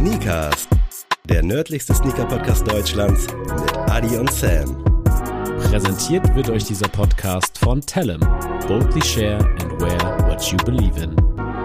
Sneakers, der nördlichste Sneaker-Podcast Deutschlands mit Adi und Sam. Präsentiert wird euch dieser Podcast von Tellem. Boldly share and wear what you believe in.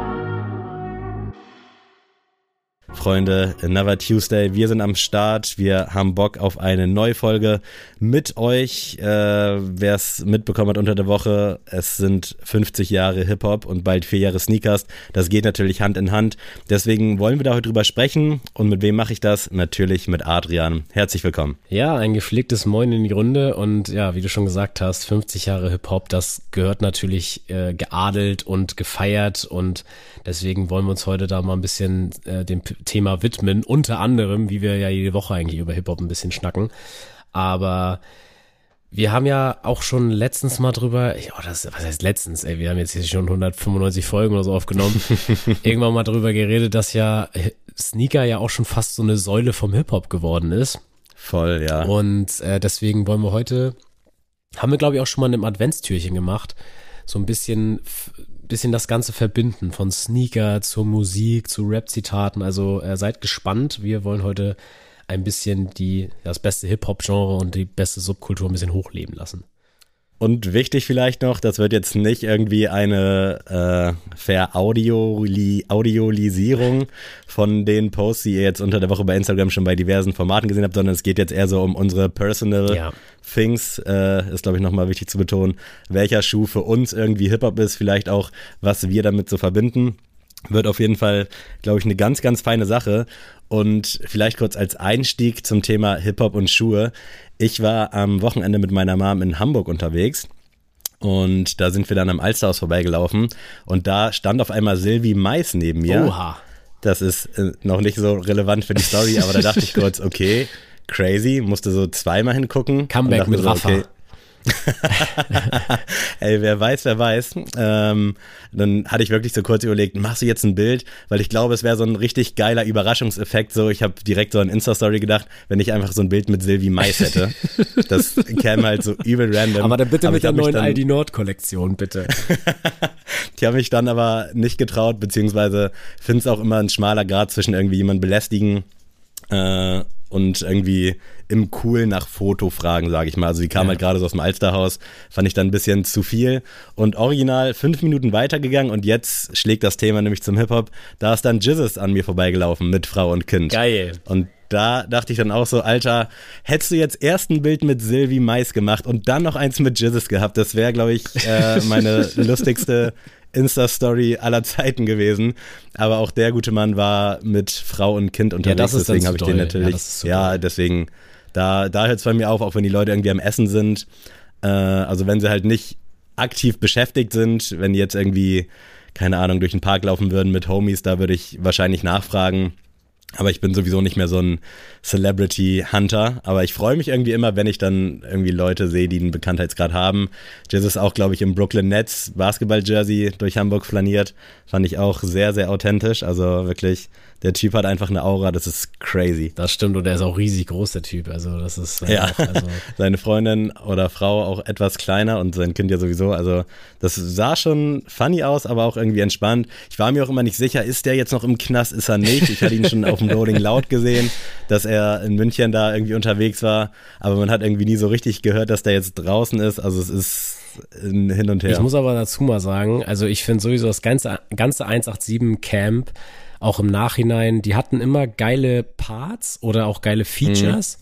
Freunde, Another Tuesday, wir sind am Start, wir haben Bock auf eine neue Folge mit euch. Wer es mitbekommen hat unter der Woche, es sind 50 Jahre Hip-Hop und bald 4 Jahre Sneakers. Das geht natürlich Hand in Hand. Deswegen wollen wir da heute drüber sprechen. Und mit wem mache ich das? Natürlich mit Adrian. Herzlich willkommen. Ja, ein gepflegtes Moin in die Runde und ja, wie du schon gesagt hast, 50 Jahre Hip-Hop, das gehört natürlich geadelt und gefeiert und deswegen wollen wir uns heute da mal ein bisschen dem Thema widmen, unter anderem, wie wir ja jede Woche eigentlich über Hip-Hop ein bisschen schnacken, aber wir haben ja auch schon letztens mal drüber, was heißt letztens, wir haben jetzt hier schon 195 Folgen oder so aufgenommen, irgendwann mal drüber geredet, dass ja Sneaker ja auch schon fast so eine Säule vom Hip-Hop geworden ist. Voll, ja. Und deswegen wollen wir heute, haben wir glaube ich auch schon mal in einem Adventstürchen gemacht, so ein bisschen das Ganze verbinden, von Sneaker zur Musik, zu Rap-Zitaten, also seid gespannt, wir wollen heute ein bisschen das beste Hip-Hop-Genre und die beste Subkultur ein bisschen hochleben lassen. Und wichtig vielleicht noch, das wird jetzt nicht irgendwie eine Veraudialisierung von den Posts, die ihr jetzt unter der Woche bei Instagram schon bei diversen Formaten gesehen habt, sondern es geht jetzt eher so um unsere Personal Things, ist glaube ich nochmal wichtig zu betonen, welcher Schuh für uns irgendwie Hip-Hop ist, vielleicht auch, was wir damit so verbinden. Wird auf jeden Fall, glaube ich, eine ganz, ganz feine Sache. Und vielleicht kurz als Einstieg zum Thema Hip-Hop und Schuhe. Ich war am Wochenende mit meiner Mom in Hamburg unterwegs und da sind wir dann am Alsterhaus vorbeigelaufen und da stand auf einmal Sylvie Mais neben mir. Oha. Das ist noch nicht so relevant für die Story, aber da dachte ich kurz, okay, crazy, musste so zweimal hingucken. Comeback mit Rafa. Okay. Ey, wer weiß. Dann hatte ich wirklich so kurz überlegt, machst du jetzt ein Bild? Weil ich glaube, es wäre so ein richtig geiler Überraschungseffekt. So, ich habe direkt so an Insta-Story gedacht, wenn ich einfach so ein Bild mit Sylvie Mais hätte. Das käme halt so übel random. Aber dann bitte mit der neuen Aldi Nord-Kollektion, bitte. Die habe ich dann aber nicht getraut, beziehungsweise finde es auch immer ein schmaler Grad zwischen irgendwie jemanden belästigen und irgendwie im Cool nach Foto fragen, sage ich mal. Also die kam halt gerade so aus dem Alsterhaus, fand ich dann ein bisschen zu viel. Und original 5 Minuten weitergegangen und jetzt schlägt das Thema nämlich zum Hip-Hop. Da ist dann Jizzes an mir vorbeigelaufen mit Frau und Kind. Geil. Und da dachte ich dann auch so, Alter, hättest du jetzt erst ein Bild mit Sylvie Mais gemacht und dann noch eins mit Jizzes gehabt, das wäre, glaube ich, meine lustigste Insta-Story aller Zeiten gewesen, aber auch der gute Mann war mit Frau und Kind unterwegs, deswegen habe ich den natürlich, deswegen, da hört es bei mir auf, auch wenn die Leute irgendwie am Essen sind, also wenn sie halt nicht aktiv beschäftigt sind, wenn die jetzt irgendwie, keine Ahnung, durch den Park laufen würden mit Homies, da würde ich wahrscheinlich nachfragen. Aber ich bin sowieso nicht mehr so ein Celebrity-Hunter. Aber ich freue mich irgendwie immer, wenn ich dann irgendwie Leute sehe, die einen Bekanntheitsgrad haben. Jizz ist auch, glaube ich, im Brooklyn Nets Basketball-Jersey durch Hamburg flaniert. Fand ich auch sehr, sehr authentisch. Also wirklich, der Typ hat einfach eine Aura, das ist crazy. Das stimmt und er ist auch riesig groß, der Typ. Also das ist seine Freundin oder Frau auch etwas kleiner und sein Kind ja sowieso. Also das sah schon funny aus, aber auch irgendwie entspannt. Ich war mir auch immer nicht sicher, ist der jetzt noch im Knast, ist er nicht? Ich hatte ihn schon auf dem Rolling Loud gesehen, dass er in München da irgendwie unterwegs war, aber man hat irgendwie nie so richtig gehört, dass der jetzt draußen ist. Also es ist hin und her. Ich muss aber dazu mal sagen, also ich finde sowieso das ganze 187 Camp auch im Nachhinein, die hatten immer geile Parts oder auch geile Features,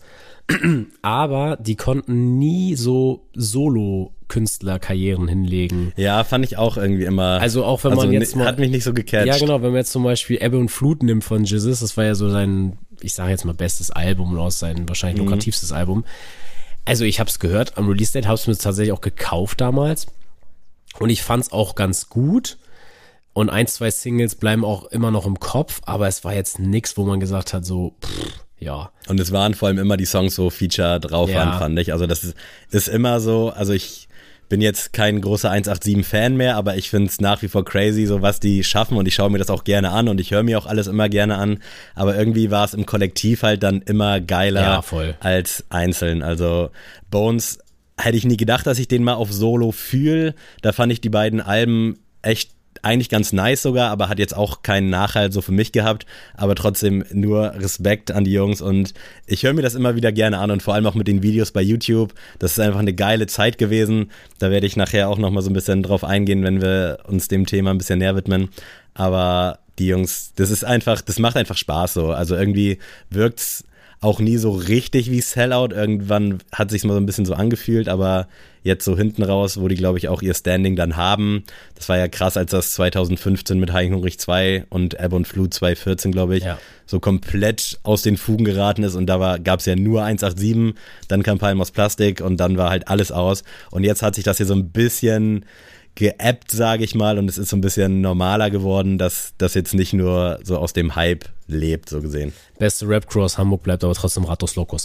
aber die konnten nie so Solo-Künstler-Karrieren hinlegen. Ja, fand ich auch irgendwie immer. Also auch wenn man jetzt mal... Hat mich nicht so gecatcht. Ja genau, wenn man jetzt zum Beispiel Ebbe und Flut nimmt von Jizzes, das war ja so sein, ich sage jetzt mal bestes Album oder sein wahrscheinlich lukrativstes Album. Also ich habe es gehört, am Release-Date habe ich es mir tatsächlich auch gekauft damals und ich fand es auch ganz gut. Und 1, 2 Singles bleiben auch immer noch im Kopf, aber es war jetzt nix, wo man gesagt hat, so, ja. Und es waren vor allem immer die Songs, wo Feature drauf waren, fand ich. Also das ist immer so, also ich bin jetzt kein großer 187-Fan mehr, aber ich finde es nach wie vor crazy, so was die schaffen und ich schaue mir das auch gerne an und ich höre mir auch alles immer gerne an, aber irgendwie war es im Kollektiv halt dann immer geiler als einzeln. Also Bones hätte ich nie gedacht, dass ich den mal auf Solo fühle. Da fand ich die beiden Alben echt eigentlich ganz nice sogar, aber hat jetzt auch keinen Nachhalt so für mich gehabt, aber trotzdem nur Respekt an die Jungs und ich höre mir das immer wieder gerne an und vor allem auch mit den Videos bei YouTube, das ist einfach eine geile Zeit gewesen, da werde ich nachher auch nochmal so ein bisschen drauf eingehen, wenn wir uns dem Thema ein bisschen näher widmen, aber die Jungs, das macht einfach Spaß so, also irgendwie wirkt's auch nie so richtig wie Sellout. Irgendwann hat sich's mal so ein bisschen so angefühlt, aber jetzt so hinten raus, wo die, glaube ich, auch ihr Standing dann haben. Das war ja krass, als das 2015 mit High Hungrig 2 und Ebbe und Flut 2014, glaube ich, so komplett aus den Fugen geraten ist. Und da gab's ja nur 187, dann kam Palm aus Plastik und dann war halt alles aus. Und jetzt hat sich das hier so ein bisschen geappt, sage ich mal, und es ist so ein bisschen normaler geworden, dass das jetzt nicht nur so aus dem Hype lebt, so gesehen. Beste Rap-Crew aus Hamburg bleibt aber trotzdem Ratos Locos.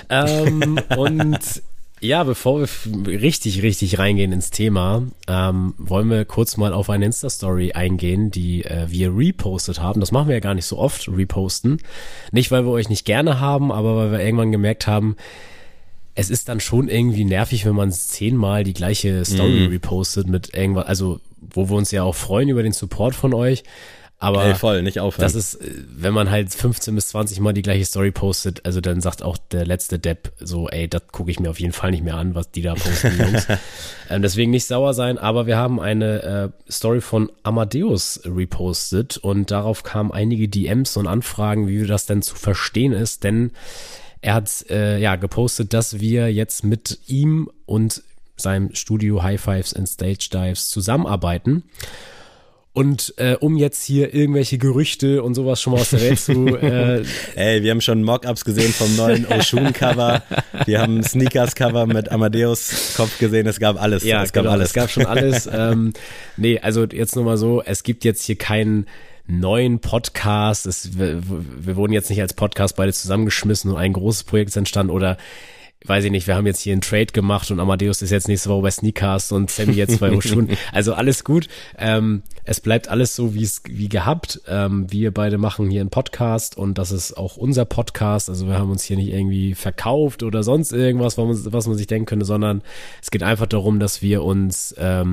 Und ja, bevor wir richtig reingehen ins Thema, wollen wir kurz mal auf eine Insta-Story eingehen, die wir repostet haben. Das machen wir ja gar nicht so oft, reposten. Nicht, weil wir euch nicht gerne haben, aber weil wir irgendwann gemerkt haben, es ist dann schon irgendwie nervig, wenn man 10-mal die gleiche Story repostet mit irgendwas, also wo wir uns ja auch freuen über den Support von euch, aber voll, nicht aufhören. Das ist, wenn man halt 15 bis 20 Mal die gleiche Story postet, also dann sagt auch der letzte Depp so, das gucke ich mir auf jeden Fall nicht mehr an, was die da posten, Jungs. Deswegen nicht sauer sein, aber wir haben eine Story von Amadeus repostet und darauf kamen einige DMs und Anfragen, wie das denn zu verstehen ist, denn er hat gepostet, dass wir jetzt mit ihm und seinem Studio High Fives and Stage Dives zusammenarbeiten. Und um jetzt hier irgendwelche Gerüchte und sowas schon mal aus der Welt zu... wir haben schon Mock-Ups gesehen vom neuen Oshun-Cover. Wir haben ein Sneakers-Cover mit Amadeus Kopf gesehen. Es gab alles. Ja, es gab schon alles. Also jetzt nur mal so, es gibt jetzt hier keinen neuen Podcast, wir wurden jetzt nicht als Podcast beide zusammengeschmissen und ein großes Projekt ist entstanden oder weiß ich nicht, wir haben jetzt hier einen Trade gemacht und Amadeus ist jetzt nächste Woche bei Sneakers und Sammy jetzt bei Oshun, also alles gut, es bleibt alles so wie gehabt, wir beide machen hier einen Podcast und das ist auch unser Podcast, also wir haben uns hier nicht irgendwie verkauft oder sonst irgendwas, was man sich denken könnte, sondern es geht einfach darum, dass wir uns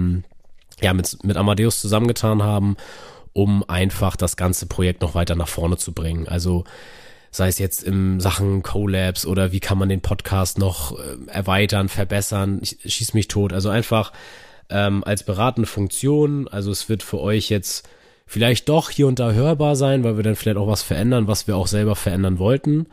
mit Amadeus zusammengetan haben, um einfach das ganze Projekt noch weiter nach vorne zu bringen. Also sei es jetzt in Sachen Collabs oder wie kann man den Podcast noch erweitern, verbessern, schieß mich tot. Also einfach als beratende Funktion. Also es wird für euch jetzt vielleicht doch hier und da hörbar sein, weil wir dann vielleicht auch was verändern, was wir auch selber verändern wollten.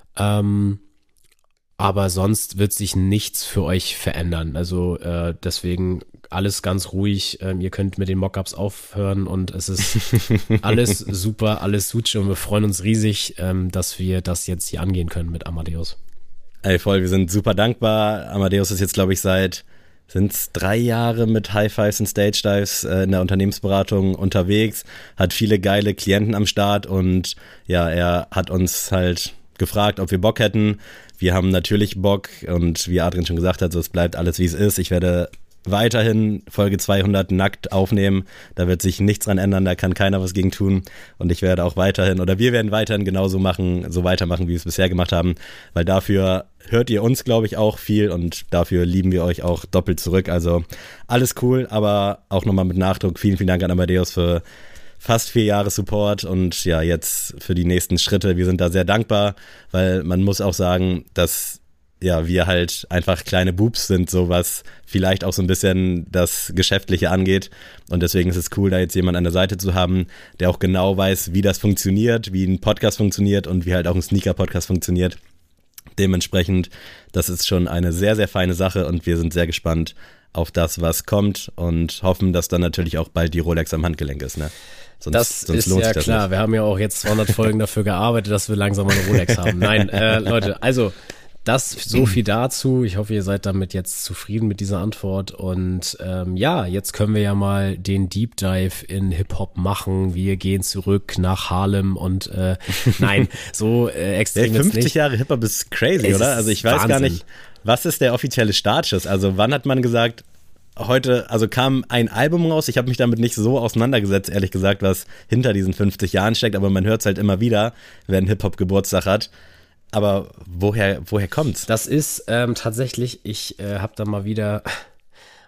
Aber sonst wird sich nichts für euch verändern. Also deswegen alles ganz ruhig. Ihr könnt mit den Mockups aufhören und es ist alles super, alles Suche und wir freuen uns riesig, dass wir das jetzt hier angehen können mit Amadeus. Ey, voll, wir sind super dankbar. Amadeus ist jetzt, glaube ich, sind's 3 Jahre mit High Fives und Stage Dives in der Unternehmensberatung unterwegs, hat viele geile Klienten am Start und ja, er hat uns halt gefragt, ob wir Bock hätten. Wir haben natürlich Bock und wie Adrian schon gesagt hat, so es bleibt alles wie es ist. Ich werde weiterhin Folge 200 nackt aufnehmen. Da wird sich nichts dran ändern, da kann keiner was gegen tun. Und ich werde auch wir werden weiterhin genauso weitermachen, wie wir es bisher gemacht haben. Weil dafür hört ihr uns, glaube ich, auch viel und dafür lieben wir euch auch doppelt zurück. Also alles cool, aber auch nochmal mit Nachdruck. Vielen, vielen Dank an Amadeus für fast 4 Jahre Support und ja, jetzt für die nächsten Schritte. Wir sind da sehr dankbar, weil man muss auch sagen, dass ja, wir halt einfach kleine Boobs sind, so was vielleicht auch so ein bisschen das Geschäftliche angeht. Und deswegen ist es cool, da jetzt jemand an der Seite zu haben, der auch genau weiß, wie das funktioniert, wie ein Podcast funktioniert und wie halt auch ein Sneaker-Podcast funktioniert. Dementsprechend, das ist schon eine sehr, sehr feine Sache und wir sind sehr gespannt auf das, was kommt und hoffen, dass dann natürlich auch bald die Rolex am Handgelenk ist, ne? Sonst ist lohnt ja sich das klar, nicht. Wir haben ja auch jetzt 200 Folgen dafür gearbeitet, dass wir langsam mal eine Rolex haben. Nein, Leute, also das so viel dazu. Ich hoffe, ihr seid damit jetzt zufrieden mit dieser Antwort. Und jetzt können wir ja mal den Deep Dive in Hip-Hop machen. Wir gehen zurück nach Harlem und nein, so extrem jetzt nicht. 50 Jahre Hip-Hop ist crazy, oder? Also ich weiß gar nicht, was ist der offizielle Startschuss? Also wann hat man gesagt, heute, also kam ein Album raus, ich habe mich damit nicht so auseinandergesetzt, ehrlich gesagt, was hinter diesen 50 Jahren steckt, aber man hört es halt immer wieder, wenn Hip-Hop Geburtstag hat. Aber woher kommt's? Das ist tatsächlich, ich habe da mal wieder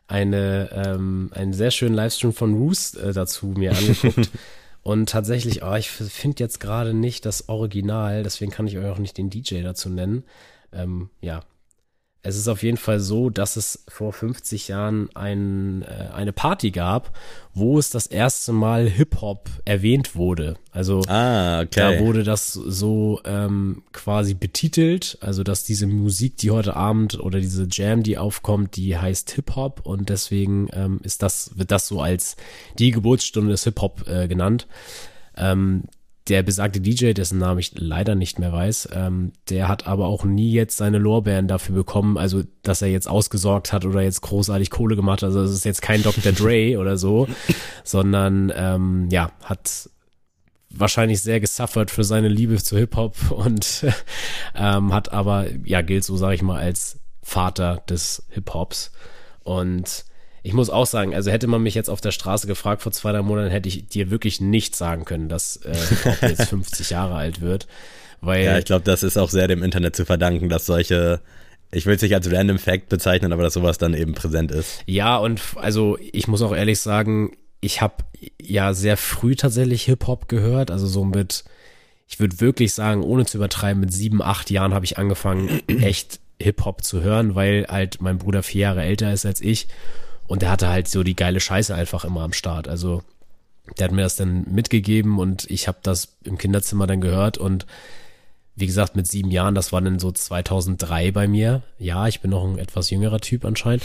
einen sehr schönen Livestream von Roos dazu mir angeguckt. Und tatsächlich, ich finde jetzt gerade nicht das Original, deswegen kann ich euch auch nicht den DJ dazu nennen. Ja, es ist auf jeden Fall so, dass es vor 50 Jahren eine Party gab, wo es das erste Mal Hip-Hop erwähnt wurde. Also okay. Da wurde das so quasi betitelt, also dass diese Musik, die heute Abend oder diese Jam, die aufkommt, die heißt Hip-Hop und deswegen wird das so als die Geburtsstunde des Hip-Hop genannt. Der besagte DJ, dessen Namen ich leider nicht mehr weiß, der hat aber auch nie jetzt seine Lorbeeren dafür bekommen, also dass er jetzt ausgesorgt hat oder jetzt großartig Kohle gemacht hat. Also es ist jetzt kein Dr. Dre oder so, sondern hat wahrscheinlich sehr gesuffert für seine Liebe zu Hip-Hop und hat aber, gilt so, sage ich mal, als Vater des Hip-Hops. Und ich muss auch sagen, also hätte man mich jetzt auf der Straße gefragt vor 2-3 Monaten, hätte ich dir wirklich nicht sagen können, dass Hip-Hop jetzt 50 Jahre alt wird. Weil, ja, ich glaube, das ist auch sehr dem Internet zu verdanken, dass solche, ich will es nicht als Random Fact bezeichnen, aber dass sowas dann eben präsent ist. Ja, und also ich muss auch ehrlich sagen, ich habe ja sehr früh tatsächlich Hip-Hop gehört, also so ich würde wirklich sagen, ohne zu übertreiben, mit 7, 8 Jahren habe ich angefangen, echt Hip-Hop zu hören, weil halt mein Bruder 4 Jahre älter ist als ich. Und der hatte halt so die geile Scheiße einfach immer am Start. Also der hat mir das dann mitgegeben und ich habe das im Kinderzimmer dann gehört. Und wie gesagt, mit 7 Jahren, das war dann so 2003 bei mir. Ja, ich bin noch ein etwas jüngerer Typ anscheinend.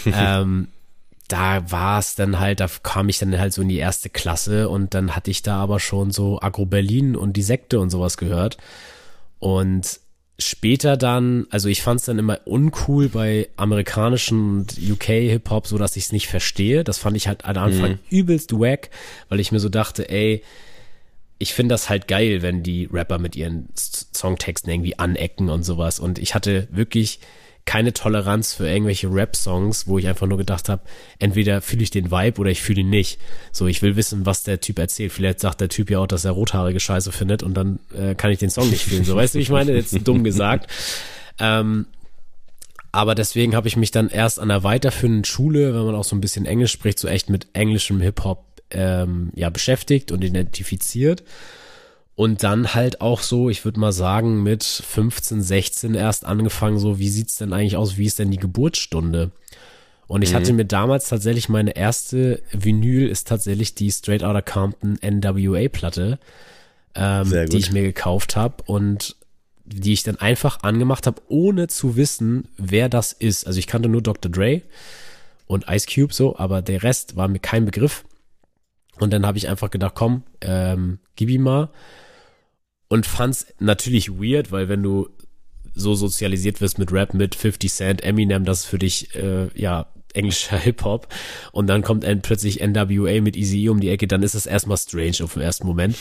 Da war es dann halt, da kam ich dann halt so in die 1. Klasse und dann hatte ich da aber schon so Agro Berlin und die Sekte und sowas gehört. Und später dann, also ich fand es dann immer uncool bei amerikanischen und UK-Hip-Hop, so dass ich es nicht verstehe. Das fand ich halt am Anfang übelst wack, weil ich mir so dachte, ey, ich finde das halt geil, wenn die Rapper mit ihren Songtexten irgendwie anecken und sowas. Und ich hatte wirklich keine Toleranz für irgendwelche Rap-Songs, wo ich einfach nur gedacht habe, entweder fühle ich den Vibe oder ich fühle ihn nicht. So, ich will wissen, was der Typ erzählt. Vielleicht sagt der Typ ja auch, dass er rothaarige Scheiße findet und dann kann ich den Song nicht fühlen. So, weißt du, wie ich meine? Jetzt dumm gesagt. Aber deswegen habe ich mich dann erst an der weiterführenden Schule, wenn man auch so ein bisschen Englisch spricht, so echt mit englischem Hip-Hop beschäftigt und identifiziert. Und dann halt auch so, ich würde mal sagen, mit 15, 16 erst angefangen, so, wie sieht's denn eigentlich aus, wie ist denn die Geburtsstunde? Und ich hatte mir damals tatsächlich, meine erste Vinyl ist tatsächlich die Straight Outta Compton NWA-Platte, die ich mir gekauft habe und die ich dann einfach angemacht habe, ohne zu wissen, wer das ist. Also ich kannte nur Dr. Dre und Ice Cube so, aber der Rest war mir kein Begriff. Und dann habe ich einfach gedacht, komm, gib ihm mal. Und fand's natürlich weird, weil wenn du so sozialisiert wirst mit Rap, mit 50 Cent, Eminem, das ist für dich, englischer Hip-Hop. Und dann kommt plötzlich NWA mit Eazy-E um die Ecke, dann ist es erstmal strange auf den ersten Moment.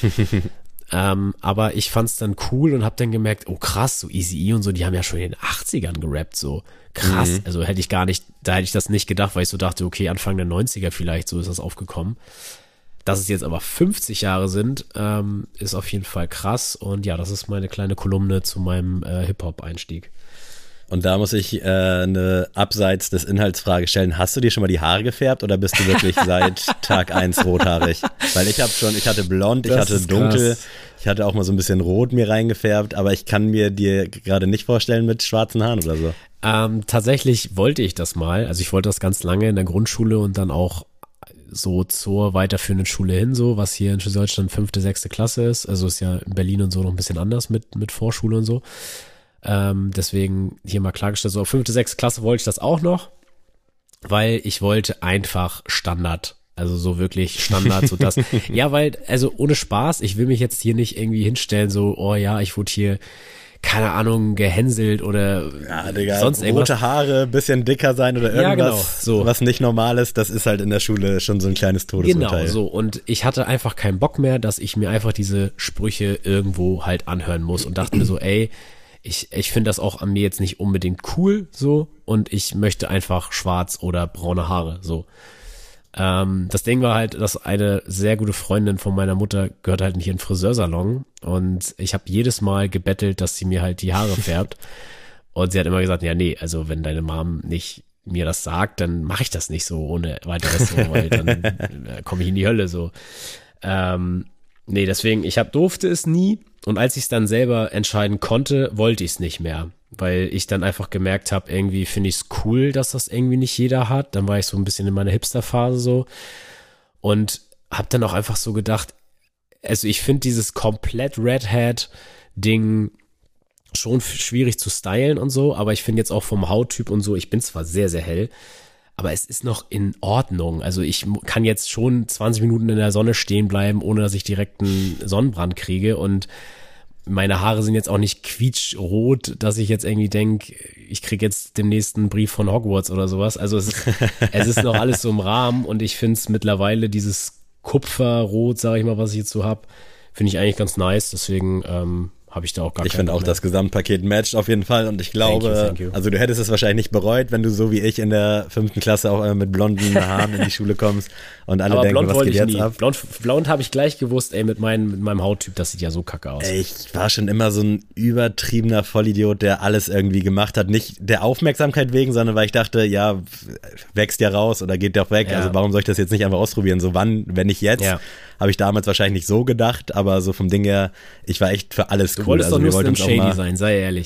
Aber ich fand's dann cool und hab dann gemerkt, oh krass, so Eazy-E und so, die haben ja schon in den 80ern gerappt, so krass. Also hätte ich das nicht gedacht, weil ich so dachte, okay, Anfang der 90er vielleicht, so ist das aufgekommen. Dass es jetzt aber 50 Jahre sind, ist auf jeden Fall krass. Und ja, das ist meine kleine Kolumne zu meinem Hip-Hop-Einstieg. Und da muss ich eine abseits des Inhalts Frage stellen. Hast du dir schon mal die Haare gefärbt oder bist du wirklich seit Tag 1 rothaarig? Weil ich hatte blond, ich hatte dunkel, ich hatte auch mal so ein bisschen rot mir reingefärbt, aber ich kann mir dir gerade nicht vorstellen mit schwarzen Haaren oder so. Tatsächlich wollte ich das mal. Also ich wollte das ganz lange in der Grundschule und dann auch so zur weiterführenden Schule hin, so, was hier in Schleswig-Holstein 5., 6. Klasse ist. Also ist ja in Berlin und so noch ein bisschen anders mit Vorschule und so. Deswegen hier mal klargestellt, so auf 5., 6. Klasse wollte ich das auch noch, weil ich wollte einfach Standard, also so wirklich Standard, so das. Ja, weil, also ohne Spaß, ich will mich jetzt hier nicht irgendwie hinstellen, so, oh ja, ich wurde hier, keine Ahnung, gehänselt oder sonst irgendwas. Rote Haare, bisschen dicker sein oder irgendwas, genau, so. Was nicht normal ist, das ist halt in der Schule schon so ein kleines Todesurteil. Genau, so. Und ich hatte einfach keinen Bock mehr, dass ich mir einfach diese Sprüche irgendwo halt anhören muss und dachte mir so, ey, ich finde das auch an mir jetzt nicht unbedingt cool, so, und ich möchte einfach schwarz oder braune Haare, so. Das Ding war halt, dass eine sehr gute Freundin von meiner Mutter gehört halt nicht in den Friseursalon und ich habe jedes Mal gebettelt, dass sie mir halt die Haare färbt und sie hat immer gesagt, ja nee, also wenn deine Mom nicht mir das sagt, dann mache ich das nicht so ohne weiteres so, weil dann komme ich in die Hölle so. Nee, deswegen, durfte es nie und als ich es dann selber entscheiden konnte, wollte ich es nicht mehr, weil ich dann einfach gemerkt habe, irgendwie finde ich es cool, dass das irgendwie nicht jeder hat. Dann war ich so ein bisschen in meiner Hipster-Phase so und habe dann auch einfach so gedacht, also ich finde dieses komplett Red Hat-Ding schon schwierig zu stylen und so, aber ich finde jetzt auch vom Hauttyp und so, ich bin zwar sehr, sehr hell, aber es ist noch in Ordnung. Also ich kann jetzt schon 20 Minuten in der Sonne stehen bleiben, ohne dass ich direkt einen Sonnenbrand kriege und meine Haare sind jetzt auch nicht quietschrot, dass ich jetzt irgendwie denke, ich kriege jetzt den nächsten Brief von Hogwarts oder sowas. Also es ist noch alles so im Rahmen und ich finde es mittlerweile dieses Kupferrot, sage ich mal, was ich jetzt so habe, finde ich eigentlich ganz nice. Deswegen habe ich da auch gar Ich finde auch, das Gesamtpaket matcht auf jeden Fall und ich glaube, Thank you. also du hättest es wahrscheinlich nicht bereut, wenn du so wie ich in der 5. Klasse auch mit blonden Haaren in die Schule kommst und alle aber denken, blond was geht jetzt nie. ab? Blond habe ich gleich gewusst, ey, mit meinem Hauttyp, das sieht ja so kacke aus. Ich war schon immer so ein übertriebener Vollidiot, der alles irgendwie gemacht hat. Nicht der Aufmerksamkeit wegen, sondern weil ich dachte, ja, wächst ja raus oder geht doch weg. Ja. Also warum soll ich das jetzt nicht einfach ausprobieren? So wann, wenn nicht jetzt? Ja. Habe ich damals wahrscheinlich nicht so gedacht, aber so vom Ding her, ich war echt für alles Du cool. wolltest Also doch wir nur wollten Slim uns auch Shady mal sein, sei ehrlich.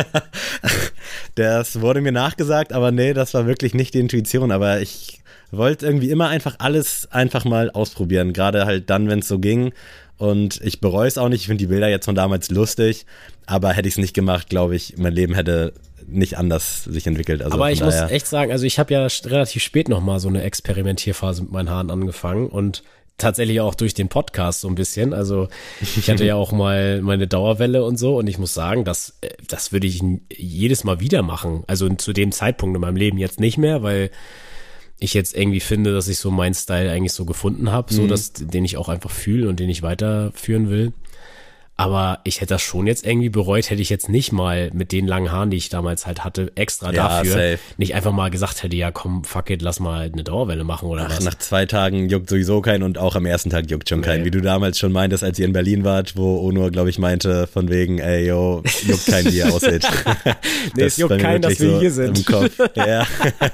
Das wurde mir nachgesagt, aber nee, das war wirklich nicht die Intuition. Aber ich wollte irgendwie immer einfach alles einfach mal ausprobieren. Gerade halt dann, wenn es so ging. Und ich bereue es auch nicht. Ich finde die Bilder jetzt von damals lustig. Aber hätte ich es nicht gemacht, glaube ich, mein Leben hätte nicht anders sich entwickelt. Also aber ich muss echt sagen, also ich habe ja relativ spät nochmal so eine Experimentierphase mit meinen Haaren angefangen und tatsächlich auch durch den Podcast so ein bisschen. Also ich hatte ja auch mal meine Dauerwelle und so und ich muss sagen, das würde ich jedes Mal wieder machen. Also zu dem Zeitpunkt in meinem Leben jetzt nicht mehr, weil ich jetzt irgendwie finde, dass ich so meinen Style eigentlich so gefunden habe, so den ich auch einfach fühle und den ich weiterführen will. Aber ich hätte das schon jetzt irgendwie bereut, hätte ich jetzt nicht mal mit den langen Haaren, die ich damals halt hatte, extra dafür safe. nicht einfach mal gesagt hätte, ja komm, fuck it, lass mal eine Dauerwelle machen oder was. Nach 2 Tagen juckt sowieso keinen und auch am ersten Tag juckt schon keinen. Wie du damals schon meintest, als ihr in Berlin wart, wo Onur, glaube ich, meinte, von wegen, ey, yo, juckt keinen, wie ihr aussieht. Nee, es juckt keinen, dass wir so hier sind. Im Kopf. Ja.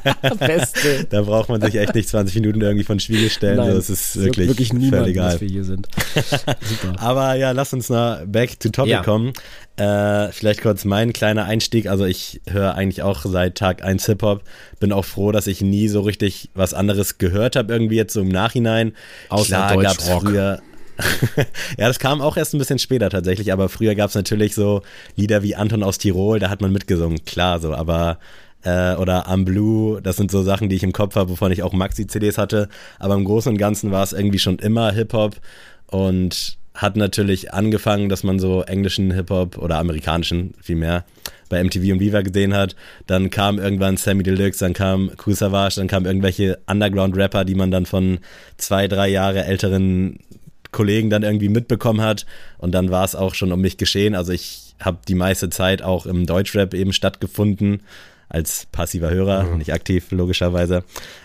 Beste. Da braucht man sich echt nicht 20 Minuten irgendwie von Spiegel stellen. Nein, so, es ist es juckt wirklich niemand, völlig egal. dass wir hier sind. Super. Aber ja, lass uns mal back to topic kommen. Vielleicht kurz mein kleiner Einstieg. Also ich höre eigentlich auch seit Tag 1 Hip-Hop. Bin auch froh, dass ich nie so richtig was anderes gehört habe, irgendwie jetzt so im Nachhinein. Außer Deutschrock. Früher ja, das kam auch erst ein bisschen später tatsächlich, aber früher gab es natürlich so Lieder wie Anton aus Tirol, da hat man mitgesungen, klar so, aber oder Am Blue, das sind so Sachen, die ich im Kopf habe, wovon ich auch Maxi-CDs hatte, aber im Großen und Ganzen war es irgendwie schon immer Hip-Hop und hat natürlich angefangen, dass man so englischen Hip-Hop oder amerikanischen vielmehr bei MTV und Viva gesehen hat. Dann kam irgendwann Sammy Deluxe, dann kam Kool Savas, dann kamen irgendwelche Underground-Rapper, die man dann von 2-3 Jahre älteren Kollegen dann irgendwie mitbekommen hat. Und dann war es auch schon um mich geschehen. Also ich habe die meiste Zeit auch im Deutschrap eben stattgefunden, als passiver Hörer, nicht aktiv logischerweise.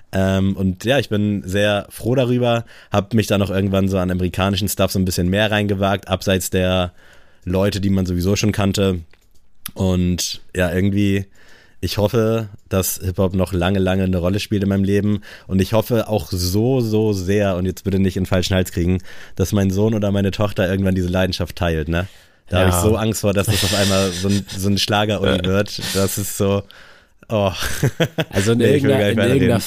Und ja, ich bin sehr froh darüber, habe mich dann auch irgendwann so an amerikanischen Stuff so ein bisschen mehr reingewagt, abseits der Leute, die man sowieso schon kannte. Und ja, irgendwie, ich hoffe, dass Hip-Hop noch lange, lange eine Rolle spielt in meinem Leben. Und ich hoffe auch so, so sehr, und jetzt bitte nicht in den falschen Hals kriegen, dass mein Sohn oder meine Tochter irgendwann diese Leidenschaft teilt, ne? Da habe ich so Angst vor, dass das auf einmal so ein Schlager-Uni wird. Das ist so... Oh. Also in irgendeiner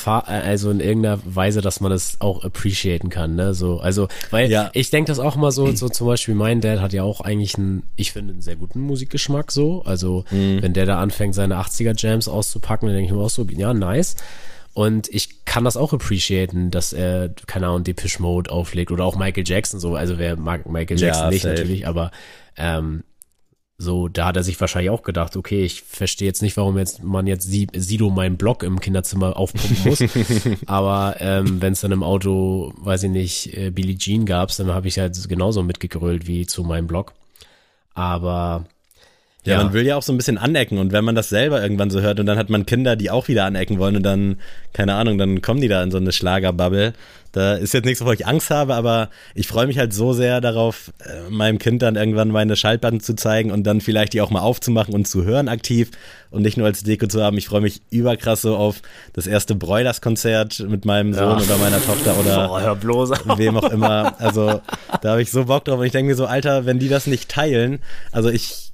Weise, dass man das auch appreciaten kann, ne? So, also, weil ich denke das auch immer so zum Beispiel mein Dad hat ja auch eigentlich ich finde, einen sehr guten Musikgeschmack so. Also, wenn der da anfängt, seine 80er-Jams auszupacken, dann denke ich mir auch so, ja, nice. Und ich kann das auch appreciaten, dass er, keine Ahnung, Depeche Mode auflegt oder auch Michael Jackson so. Also, wer mag Michael Jackson nicht, natürlich, aber so, da hat er sich wahrscheinlich auch gedacht, okay, ich verstehe jetzt nicht, warum man jetzt Sido meinen Blog im Kinderzimmer aufpumpen muss. Aber wenn es dann im Auto, weiß ich nicht, Billie Jean gab's, dann habe ich halt genauso mitgegrölt wie zu meinem Blog. Aber Ja, man will ja auch so ein bisschen anecken und wenn man das selber irgendwann so hört und dann hat man Kinder, die auch wieder anecken wollen und dann, keine Ahnung, dann kommen die da in so eine Schlagerbubble. Da ist jetzt nichts, wovor ich Angst habe, aber ich freue mich halt so sehr darauf, meinem Kind dann irgendwann meine Schallplatten zu zeigen und dann vielleicht die auch mal aufzumachen und zu hören aktiv und nicht nur als Deko zu haben. Ich freue mich überkrass so auf das erste Broilers-Konzert mit meinem Sohn oder meiner Tochter oder hör bloß auf. Wem auch immer. Also da habe ich so Bock drauf und ich denke mir so, Alter, wenn die das nicht teilen, also ich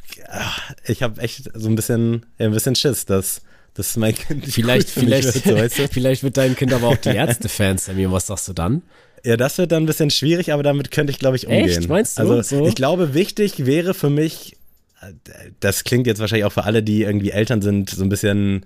habe echt so ein bisschen Schiss, dass mein Kind nicht vielleicht wird, so, weißt du? Vielleicht wird dein Kind aber auch die Ärzte-Fan, Sammy. Was sagst du dann? Ja, das wird dann ein bisschen schwierig, aber damit könnte ich, glaube ich, umgehen. Echt? Meinst du? Also so? Ich glaube, wichtig wäre für mich, das klingt jetzt wahrscheinlich auch für alle, die irgendwie Eltern sind, so ein bisschen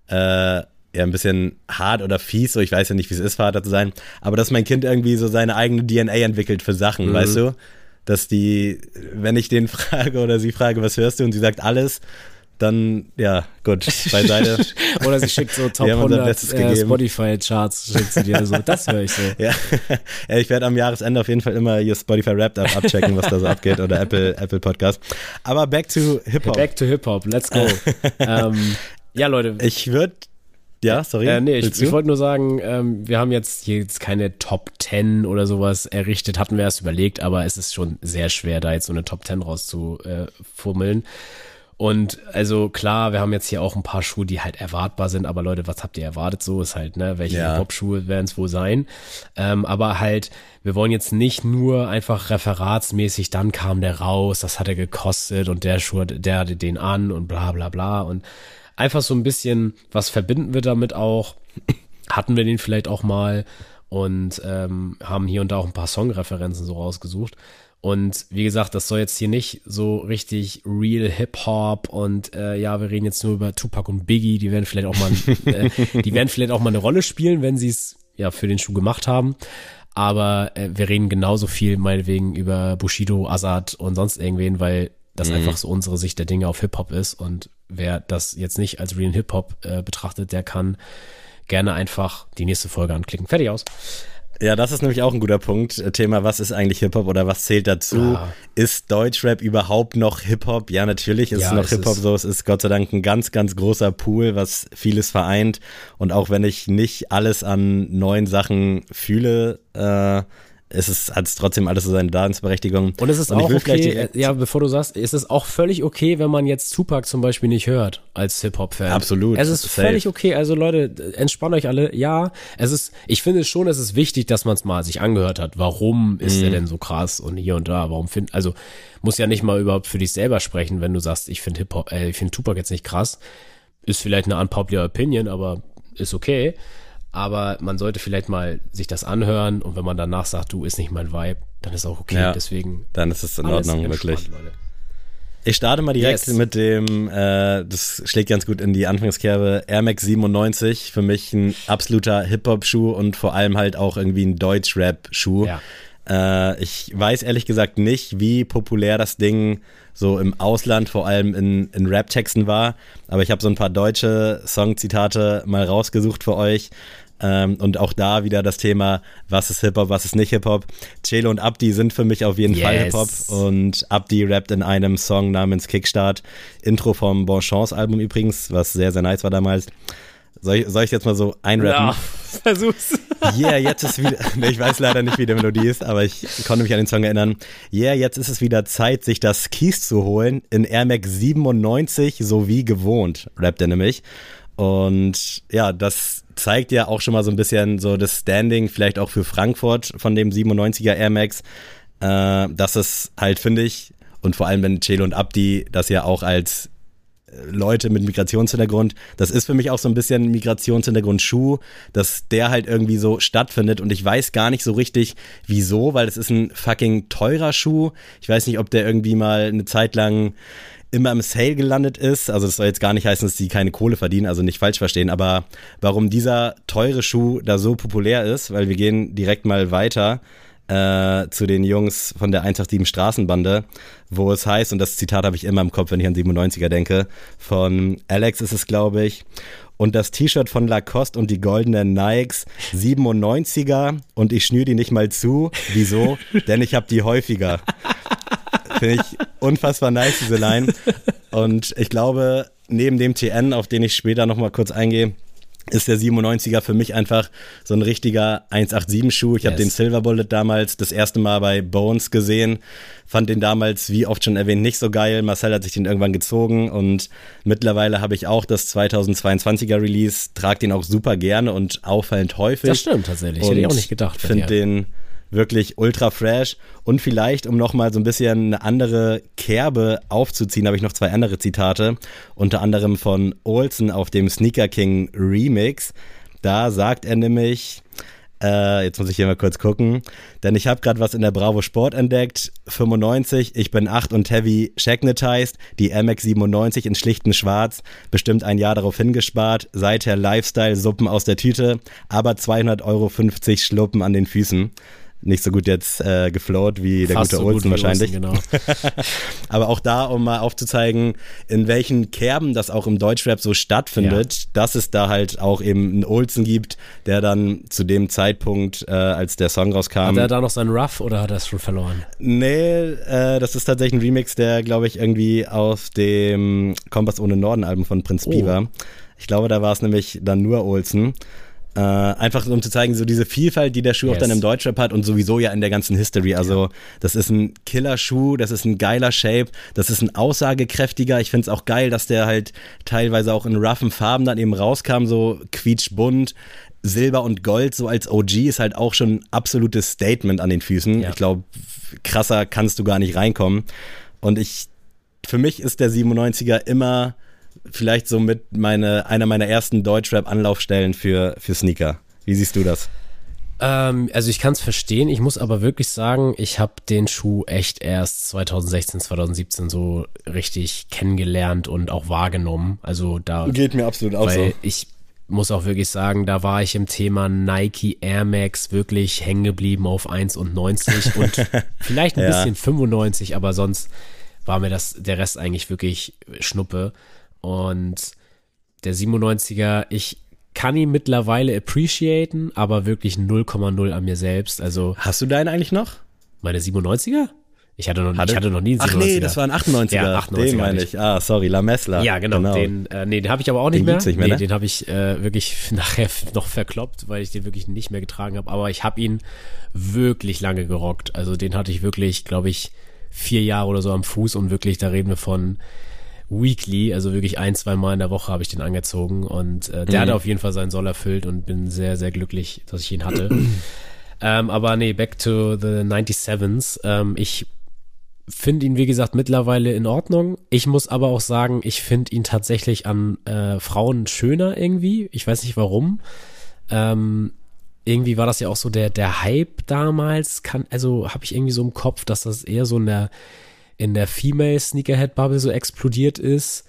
ein bisschen hart oder fies, so ich weiß ja nicht, wie es ist, Vater zu sein, aber dass mein Kind irgendwie so seine eigene DNA entwickelt für Sachen, weißt du? Dass die, wenn ich den frage oder sie frage, was hörst du, und sie sagt alles, dann, ja, gut, beiseite. Oder sie schickt so Top 100 Spotify-Charts, schickt sie dir so, das höre ich so. Ja, ich werde am Jahresende auf jeden Fall immer ihr Spotify Wrapped Up abchecken, was da so abgeht, oder Apple Podcast. Aber back to Hip-Hop. Back to Hip-Hop, let's go. Ja, Leute. Ich würde Ja, sorry. Nee, ich wollte nur sagen, wir haben jetzt hier keine Top 10 oder sowas errichtet, hatten wir erst überlegt, aber es ist schon sehr schwer, da jetzt so eine Top 10 rauszufummeln. Und also klar, wir haben jetzt hier auch ein paar Schuhe, die halt erwartbar sind, aber Leute, was habt ihr erwartet? So ist halt, ne, welche Hip-Hop-Schuhe werden es wohl sein? Aber halt, wir wollen jetzt nicht nur einfach referatsmäßig, dann kam der raus, das hat er gekostet und der Schuh, der hatte den an und bla bla bla und einfach so ein bisschen, was verbinden wir damit auch? Hatten wir den vielleicht auch mal und haben hier und da auch ein paar Songreferenzen so rausgesucht. Und wie gesagt, das soll jetzt hier nicht so richtig real Hip-Hop und wir reden jetzt nur über Tupac und Biggie, die werden vielleicht auch mal eine Rolle spielen, wenn sie es ja für den Schuh gemacht haben. Aber wir reden genauso viel meinetwegen über Bushido, Azad und sonst irgendwen, weil das einfach so unsere Sicht der Dinge auf Hip-Hop ist und wer das jetzt nicht als real Hip-Hop betrachtet, der kann gerne einfach die nächste Folge anklicken. Fertig, aus. Ja, das ist nämlich auch ein guter Punkt. Thema, was ist eigentlich Hip-Hop oder was zählt dazu? Ja. Ist Deutschrap überhaupt noch Hip-Hop? Ja, natürlich ist es noch Hip-Hop so. Es ist Gott sei Dank ein ganz, ganz großer Pool, was vieles vereint. Und auch wenn ich nicht alles an neuen Sachen fühle, hat es trotzdem alles so seine Daseinsberechtigung. Und es ist auch okay, bevor du sagst, ist es auch völlig okay, wenn man jetzt Tupac zum Beispiel nicht hört, als Hip-Hop-Fan. Absolut. Es ist völlig okay, also Leute, entspannt euch alle, ja, ich finde schon, es ist wichtig, dass man es mal sich angehört hat, warum ist der denn so krass und hier und da, also, muss ja nicht mal überhaupt für dich selber sprechen, wenn du sagst, ich finde Tupac jetzt nicht krass, ist vielleicht eine unpopular Opinion, aber ist okay. Aber man sollte vielleicht mal sich das anhören und wenn man danach sagt, du, ist nicht mein Vibe, dann ist auch okay. Ja, deswegen dann ist es in Ordnung, wirklich. Leute. Ich starte mal direkt mit dem, das schlägt ganz gut in die Anfangskerbe, Air Max 97, für mich ein absoluter Hip-Hop-Schuh und vor allem halt auch irgendwie ein Deutsch-Rap-Schuh. Ja. Ich weiß ehrlich gesagt nicht, wie populär das Ding so im Ausland, vor allem in Rap-Texten war, aber ich habe so ein paar deutsche Songzitate mal rausgesucht für euch. Und auch da wieder das Thema, was ist Hip-Hop, was ist nicht Hip-Hop. Celo und Abdi sind für mich auf jeden Fall Hip-Hop und Abdi rappt in einem Song namens Kickstart, Intro vom Bon Chance Album übrigens, was sehr, sehr nice war damals. Soll ich jetzt mal so einrappen? Ja, versuch's. Yeah, jetzt ist wieder, ich weiß leider nicht, wie die Melodie ist, aber ich konnte mich an den Song erinnern. Yeah, jetzt ist es wieder Zeit, sich das Kies zu holen, in Air Max 97, so wie gewohnt, rappt er nämlich. Und ja, das zeigt ja auch schon mal so ein bisschen so das Standing, vielleicht auch für Frankfurt von dem 97er Air Max, dass es halt, finde ich, und vor allem wenn Celo und Abdi das ja auch als Leute mit Migrationshintergrund, das ist für mich auch so ein bisschen Migrationshintergrund-Schuh, dass der halt irgendwie so stattfindet und ich weiß gar nicht so richtig, wieso, weil es ist ein fucking teurer Schuh. Ich weiß nicht, ob der irgendwie mal eine Zeit lang immer im Sale gelandet ist, also das soll jetzt gar nicht heißen, dass die keine Kohle verdienen, also nicht falsch verstehen, aber warum dieser teure Schuh da so populär ist, weil wir gehen direkt mal weiter zu den Jungs von der 187 Straßenbande, wo es heißt, und das Zitat habe ich immer im Kopf, wenn ich an 97er denke, von Alex ist es, glaube ich, und das T-Shirt von Lacoste und die goldenen Nikes, 97er und ich schnür die nicht mal zu. Wieso? Denn ich habe die häufiger. Finde ich unfassbar nice, diese Line. Und ich glaube, neben dem TN, auf den ich später nochmal kurz eingehe, ist der 97er für mich einfach so ein richtiger 187-Schuh. Ich habe den Silver Bullet damals das erste Mal bei Bones gesehen, fand den damals, wie oft schon erwähnt, nicht so geil. Marcel hat sich den irgendwann gezogen und mittlerweile habe ich auch das 2022er Release, trage den auch super gerne und auffallend häufig. Das stimmt tatsächlich, hätte ich auch nicht gedacht. Ich finde den wirklich ultra fresh und vielleicht, um nochmal so ein bisschen eine andere Kerbe aufzuziehen, habe ich noch 2 andere Zitate, unter anderem von Olsen auf dem Sneaker King Remix. Da sagt er nämlich, jetzt muss ich hier mal kurz gucken, denn ich habe gerade was in der Bravo Sport entdeckt, 95, ich bin 8 und heavy shagnetized, die MX 97 in schlichten Schwarz, bestimmt ein Jahr darauf hingespart, seither Lifestyle, Suppen aus der Tüte, aber 200,50 € Schluppen an den Füßen. Nicht so gut jetzt geflowt wie der Fast gute so Olsen wahrscheinlich. Olsen, genau. Aber auch da, um mal aufzuzeigen, in welchen Kerben das auch im Deutschrap so stattfindet, dass es da halt auch eben einen Olsen gibt, der dann zu dem Zeitpunkt, als der Song rauskam. Hat er da noch seinen Ruff oder hat er es schon verloren? Nee, das ist tatsächlich ein Remix, der, glaube ich, irgendwie auf dem Kompass ohne Norden Album von Prinz Pi war. Ich glaube, da war es nämlich dann nur Olsen. Einfach um zu zeigen, so diese Vielfalt, die der Schuh auch dann im Deutschrap hat und sowieso ja in der ganzen History. Also das ist ein Killer-Schuh, das ist ein geiler Shape, das ist ein aussagekräftiger. Ich finde es auch geil, dass der halt teilweise auch in roughen Farben dann eben rauskam, so quietschbunt. Silber und Gold, so als OG, ist halt auch schon ein absolutes Statement an den Füßen. Ja. Ich glaube, krasser kannst du gar nicht reinkommen. Und für mich ist der 97er immer vielleicht so mit einer meiner ersten Deutschrap-Anlaufstellen für Sneaker. Wie siehst du das? Also ich kann es verstehen, ich muss aber wirklich sagen, ich habe den Schuh echt erst 2016, 2017 so richtig kennengelernt und auch wahrgenommen. Also da geht mir absolut auch so. Ich muss auch wirklich sagen, da war ich im Thema Nike Air Max wirklich hängen geblieben auf 1,90 und vielleicht ein bisschen 95, aber sonst war mir der Rest eigentlich wirklich Schnuppe. Und der 97er, ich kann ihn mittlerweile appreciaten, aber wirklich 0,0 an mir selbst. Also hast du deinen eigentlich noch? Meine 97er? Ich hatte noch nie einen 97er. Ach nee, das war ein 98er. Ja, 98er. Den meine ich. Ah, sorry, La Messler. Ja, genau. Den habe ich aber auch nicht mehr. Nicht mehr, nee, ne? Den habe ich wirklich nachher noch verkloppt, weil ich den wirklich nicht mehr getragen habe. Aber ich habe ihn wirklich lange gerockt. Also den hatte ich wirklich, glaube ich, 4 Jahre oder so am Fuß und wirklich, da reden wir von weekly, also wirklich 1-2 Mal in der Woche habe ich den angezogen und der hat auf jeden Fall seinen Soll erfüllt und bin sehr, sehr glücklich, dass ich ihn hatte. Aber nee, back to the 97s. Ich finde ihn, wie gesagt, mittlerweile in Ordnung. Ich muss aber auch sagen, ich finde ihn tatsächlich an Frauen schöner irgendwie. Ich weiß nicht warum. Irgendwie war das ja auch so der Hype damals. Habe ich irgendwie so im Kopf, dass das eher so in der Female Sneakerhead Bubble so explodiert ist.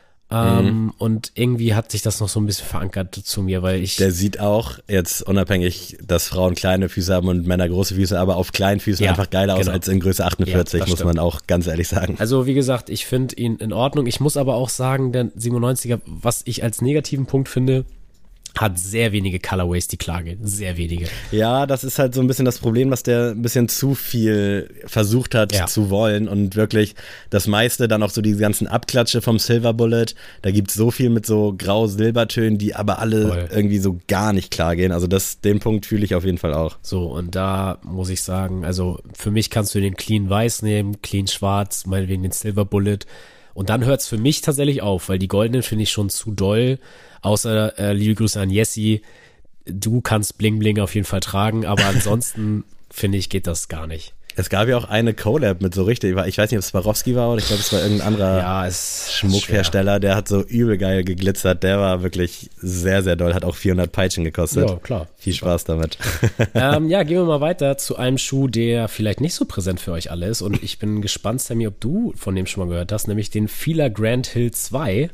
Und irgendwie hat sich das noch so ein bisschen verankert zu mir, weil der sieht auch jetzt unabhängig, dass Frauen kleine Füße haben und Männer große Füße, aber auf kleinen Füßen einfach geiler aus als in Größe 48, muss man auch ganz ehrlich sagen. Also wie gesagt, ich finde ihn in Ordnung. Ich muss aber auch sagen, der 97er, was ich als negativen Punkt finde, hat sehr wenige Colorways, die klar gehen. Sehr wenige. Ja, das ist halt so ein bisschen das Problem, dass der ein bisschen zu viel versucht hat zu wollen und wirklich das meiste, dann auch so die ganzen Abklatsche vom Silver Bullet, da gibt's so viel mit so grau-silbertönen, die aber alle irgendwie so gar nicht klar gehen. Also den Punkt fühle ich auf jeden Fall auch. So, und da muss ich sagen, also für mich kannst du den clean weiß nehmen, clean schwarz, meinetwegen den Silver Bullet. Und dann hört's für mich tatsächlich auf, weil die goldenen finde ich schon zu doll. Außer, liebe Grüße an Jessie, du kannst Bling Bling auf jeden Fall tragen, aber ansonsten finde ich, geht das gar nicht. Es gab ja auch eine Collab mit so richtig, ich weiß nicht, ob es Swarovski war oder ich glaube, es war irgendein anderer Schmuckhersteller, der hat so übel geil geglitzert, der war wirklich sehr, sehr doll, hat auch 400 Peitschen gekostet. Ja, klar. Viel Spaß damit. Gehen wir mal weiter zu einem Schuh, der vielleicht nicht so präsent für euch alle ist und ich bin gespannt, Sammy, ob du von dem schon mal gehört hast, nämlich den Fila Grand Hill 2.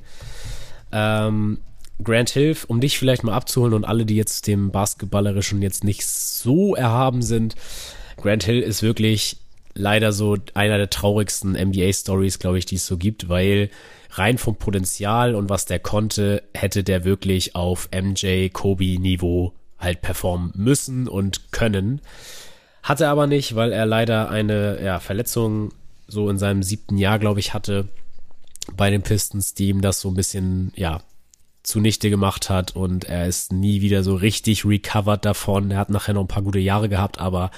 Grand Hill, um dich vielleicht mal abzuholen und alle, die jetzt dem Basketballerischen jetzt nicht so erhaben sind, Grand Hill ist wirklich leider so einer der traurigsten NBA-Stories, glaube ich, die es so gibt, weil rein vom Potenzial und was der konnte, hätte der wirklich auf MJ, Kobe-Niveau halt performen müssen und können. Hatte aber nicht, weil er leider eine Verletzung so in seinem 7. Jahr, glaube ich, hatte bei den Pistons, die ihm das so ein bisschen, ja, zunichte gemacht hat und er ist nie wieder so richtig recovered davon. Er hat nachher noch ein paar gute Jahre gehabt, aber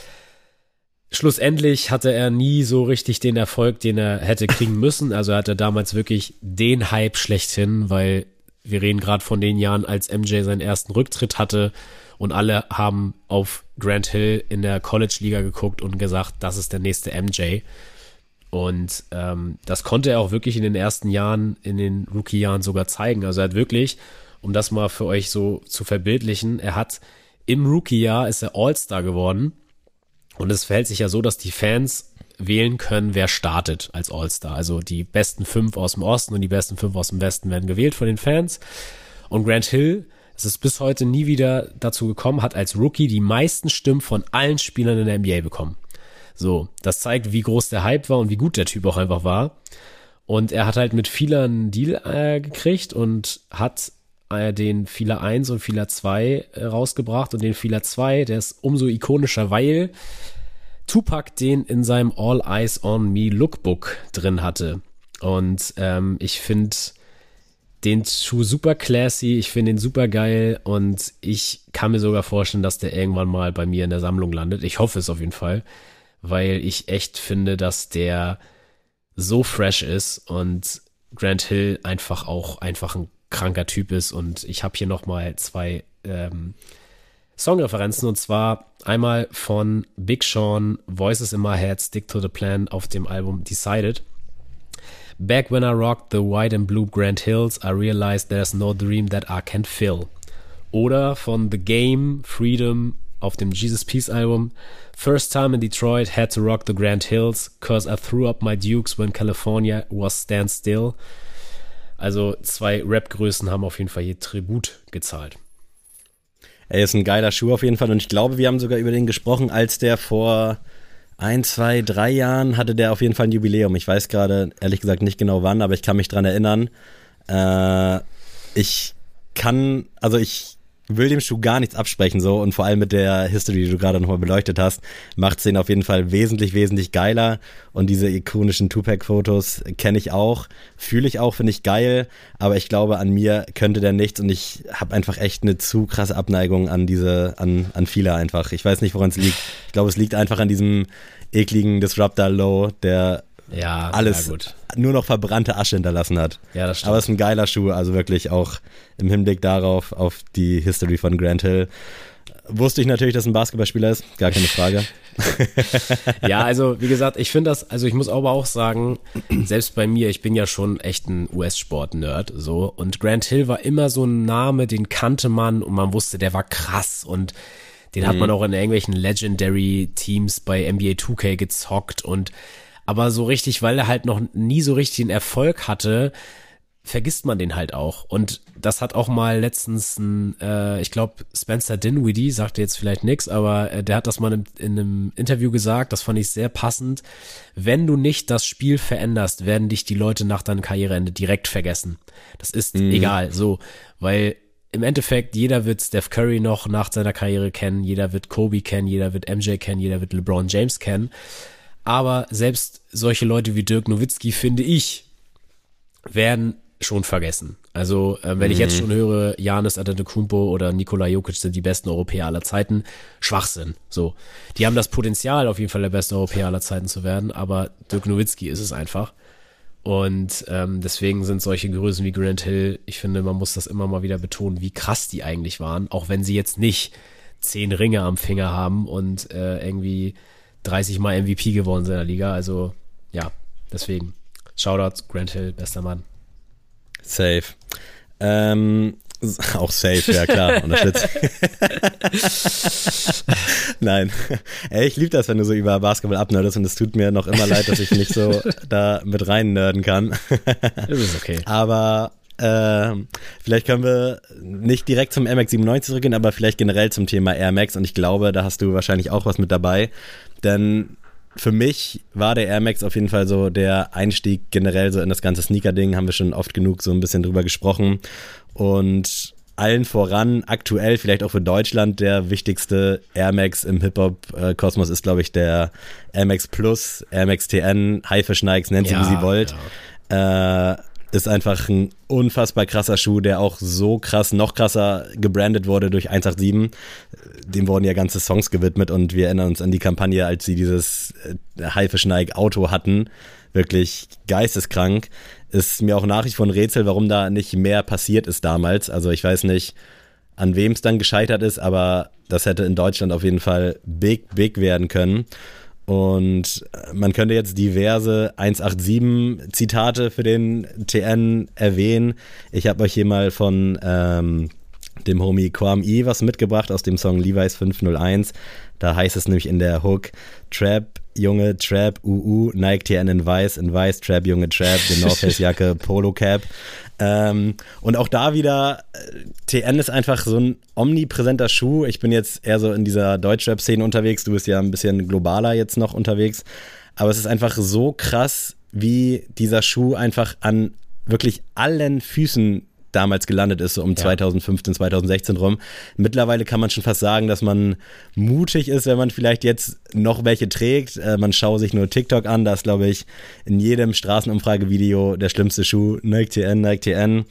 schlussendlich hatte er nie so richtig den Erfolg, den er hätte kriegen müssen. Also er hatte damals wirklich den Hype schlechthin, weil wir reden gerade von den Jahren, als MJ seinen ersten Rücktritt hatte und alle haben auf Grant Hill in der College-Liga geguckt und gesagt, das ist der nächste MJ. Und das konnte er auch wirklich in den ersten Jahren, in den Rookie-Jahren sogar zeigen. Also er hat wirklich, um das mal für euch so zu verbildlichen, er hat im Rookie-Jahr ist er All-Star geworden. Und es verhält sich ja so, dass die Fans wählen können, wer startet als All-Star. Also die besten 5 aus dem Osten und die besten 5 aus dem Westen werden gewählt von den Fans. Und Grant Hill, es ist bis heute nie wieder dazu gekommen, hat als Rookie die meisten Stimmen von allen Spielern in der NBA bekommen. So, das zeigt, wie groß der Hype war und wie gut der Typ auch einfach war. Und er hat halt mit Fila einen Deal gekriegt und hat den Fila 1 und Fila 2 rausgebracht. Und den Fila 2, der ist umso ikonischer, weil Tupac den in seinem All Eyes on Me Lookbook drin hatte. Und ich finde den Schuh super classy, ich finde ihn super geil und ich kann mir sogar vorstellen, dass der irgendwann mal bei mir in der Sammlung landet. Ich hoffe es auf jeden Fall, weil ich echt finde, dass der so fresh ist und Grant Hill einfach ein kranker Typ ist. Und ich habe hier nochmal 2 Songreferenzen, und zwar einmal von Big Sean, Voices in My Head, Stick to the Plan auf dem Album Decided. Back when I rocked the white and blue Grant Hills, I realized there's no dream that I can't fill. Oder von The Game, Freedom auf dem Jesus Peace Album. First time in Detroit, had to rock the Grant Hills, cause I threw up my dukes when California was standstill. Also 2 Rap-Größen haben auf jeden Fall hier Tribut gezahlt. Er ist ein geiler Schuh auf jeden Fall und ich glaube, wir haben sogar über den gesprochen, als der vor 1, 2, 3 Jahren hatte der auf jeden Fall ein Jubiläum. Ich weiß gerade ehrlich gesagt nicht genau wann, aber ich kann mich dran erinnern. Ich will dem Schuh gar nichts absprechen so und vor allem mit der History, die du gerade nochmal beleuchtet hast, macht es den auf jeden Fall wesentlich, wesentlich geiler und diese ikonischen Tupac-Fotos kenne ich auch, fühle ich auch, finde ich geil, aber ich glaube, an mir könnte der nichts und ich habe einfach echt eine zu krasse Abneigung an an Fila einfach. Ich weiß nicht, woran es liegt. Ich glaube, es liegt einfach an diesem ekligen Disruptor Low, der alles nur noch verbrannte Asche hinterlassen hat. Ja, das stimmt. Aber es ist ein geiler Schuh, also wirklich auch im Hinblick darauf, auf die History von Grant Hill. Wusste ich natürlich, dass ein Basketballspieler ist, gar keine Frage. Ja, also wie gesagt, ich finde das, also ich muss aber auch sagen, selbst bei mir, ich bin ja schon echt ein US-Sport-Nerd, so, und Grant Hill war immer so ein Name, den kannte man und man wusste, der war krass und den hat man auch in irgendwelchen Legendary-Teams bei NBA 2K gezockt aber so richtig, weil er halt noch nie so richtig einen Erfolg hatte, vergisst man den halt auch. Und das hat auch mal letztens ich glaube, Spencer Dinwiddie, sagte jetzt vielleicht nichts, aber der hat das mal in einem Interview gesagt, das fand ich sehr passend. Wenn du nicht das Spiel veränderst, werden dich die Leute nach deinem Karriereende direkt vergessen. Das ist egal, so, weil im Endeffekt, jeder wird Steph Curry noch nach seiner Karriere kennen, jeder wird Kobe kennen, jeder wird MJ kennen, jeder wird LeBron James kennen. Aber selbst solche Leute wie Dirk Nowitzki, finde ich, werden schon vergessen. Also wenn ich jetzt schon höre, Giannis Antetokounmpo oder Nikola Jokic sind die besten Europäer aller Zeiten, Schwachsinn. So, die haben das Potenzial, auf jeden Fall der beste Europäer aller Zeiten zu werden, aber Dirk Nowitzki ist es einfach. Und deswegen sind solche Größen wie Grant Hill, ich finde, man muss das immer mal wieder betonen, wie krass die eigentlich waren, auch wenn sie jetzt nicht 10 Ringe am Finger haben und irgendwie 30 Mal MVP geworden sind in der Liga. Also ja, deswegen Shoutouts, Grant Hill, bester Mann. Safe. Auch safe, ja klar. Unterstützt. Nein. Ey, ich liebe das, wenn du so über Basketball abnerdest und es tut mir noch immer leid, dass ich nicht so da mit rein nerden kann. Das ist okay. Aber vielleicht können wir nicht direkt zum Air Max 97 zurückgehen, aber vielleicht generell zum Thema Air Max und ich glaube, da hast du wahrscheinlich auch was mit dabei, denn für mich war der Air Max auf jeden Fall so der Einstieg generell so in das ganze Sneaker-Ding, haben wir schon oft genug so ein bisschen drüber gesprochen und allen voran, aktuell vielleicht auch für Deutschland, der wichtigste Air Max im Hip-Hop-Kosmos ist, glaube ich, der Air Max Plus, Air Max TN, Haifisch Nikes, nennt sie wie sie wollt. Ja. Ist einfach ein unfassbar krasser Schuh, der auch so krass, noch krasser gebrandet wurde durch 187. Dem wurden ja ganze Songs gewidmet und wir erinnern uns an die Kampagne, als sie dieses Haifisch Nike Auto hatten. Wirklich geisteskrank. Ist mir auch nach wie vor ein Rätsel, warum da nicht mehr passiert ist damals. Also ich weiß nicht, an wem es dann gescheitert ist, aber das hätte in Deutschland auf jeden Fall big werden können. Und man könnte jetzt diverse 187-Zitate für den TN erwähnen. Ich habe euch hier mal von dem Homie Kwame was mitgebracht aus dem Song Levi's 501. Da heißt es nämlich in der Hook: Trap, Junge, Trap, Nike TN in Weiß, Trap, Junge, Trap, die North Face Jacke, Polo Cap. Und auch da wieder, TN ist einfach so ein omnipräsenter Schuh. Ich bin jetzt eher so in dieser Deutschrap-Szene unterwegs, du bist ja ein bisschen globaler jetzt noch unterwegs, aber es ist einfach so krass, wie dieser Schuh einfach an wirklich allen Füßen damals gelandet ist, so um 2015, 2016 rum. Mittlerweile kann man schon fast sagen, dass man mutig ist, wenn man vielleicht jetzt noch welche trägt. Man schaue sich nur TikTok an, da ist, glaube ich, in jedem Straßenumfragevideo der schlimmste Schuh, Nike TN.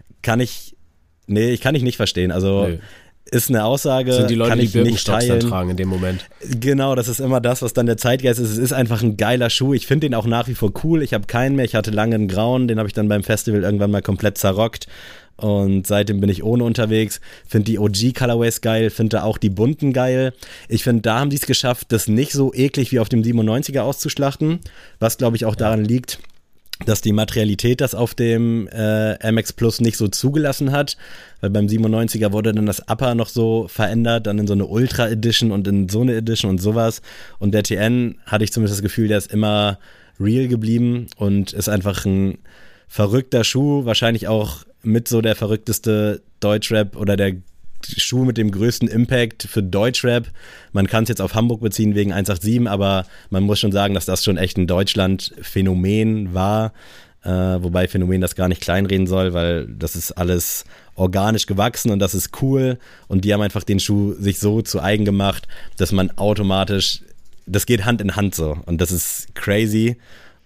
Ich kann ich nicht verstehen. Also ist eine Aussage, sind die Leute, kann ich die nicht teilen. Tragen in dem Moment. Genau, das ist immer das, was dann der Zeitgeist ist. Es ist einfach ein geiler Schuh. Ich finde den auch nach wie vor cool. Ich habe keinen mehr. Ich hatte lange einen grauen. Den habe ich dann beim Festival irgendwann mal komplett zerrockt. Und seitdem bin ich ohne unterwegs. Finde die OG-Colorways geil. Finde auch die bunten geil. Ich finde, da haben die es geschafft, das nicht so eklig wie auf dem 97er auszuschlachten. Was, glaube ich, auch daran liegt, dass die Materialität das auf dem MX Plus nicht so zugelassen hat, weil beim 97er wurde dann das Upper noch so verändert, dann in so eine Ultra Edition und in so eine Edition und sowas, und der TN hatte ich zumindest das Gefühl, der ist immer real geblieben und ist einfach ein verrückter Schuh, wahrscheinlich auch mit so der verrückteste Deutschrap oder der Schuh mit dem größten Impact für Deutschrap. Man kann es jetzt auf Hamburg beziehen wegen 187, aber man muss schon sagen, dass das schon echt ein Deutschland-Phänomen war. Wobei Phänomen das gar nicht kleinreden soll, weil das ist alles organisch gewachsen und das ist cool. Und die haben einfach den Schuh sich so zu eigen gemacht, dass man automatisch, das geht Hand in Hand so. Und das ist crazy.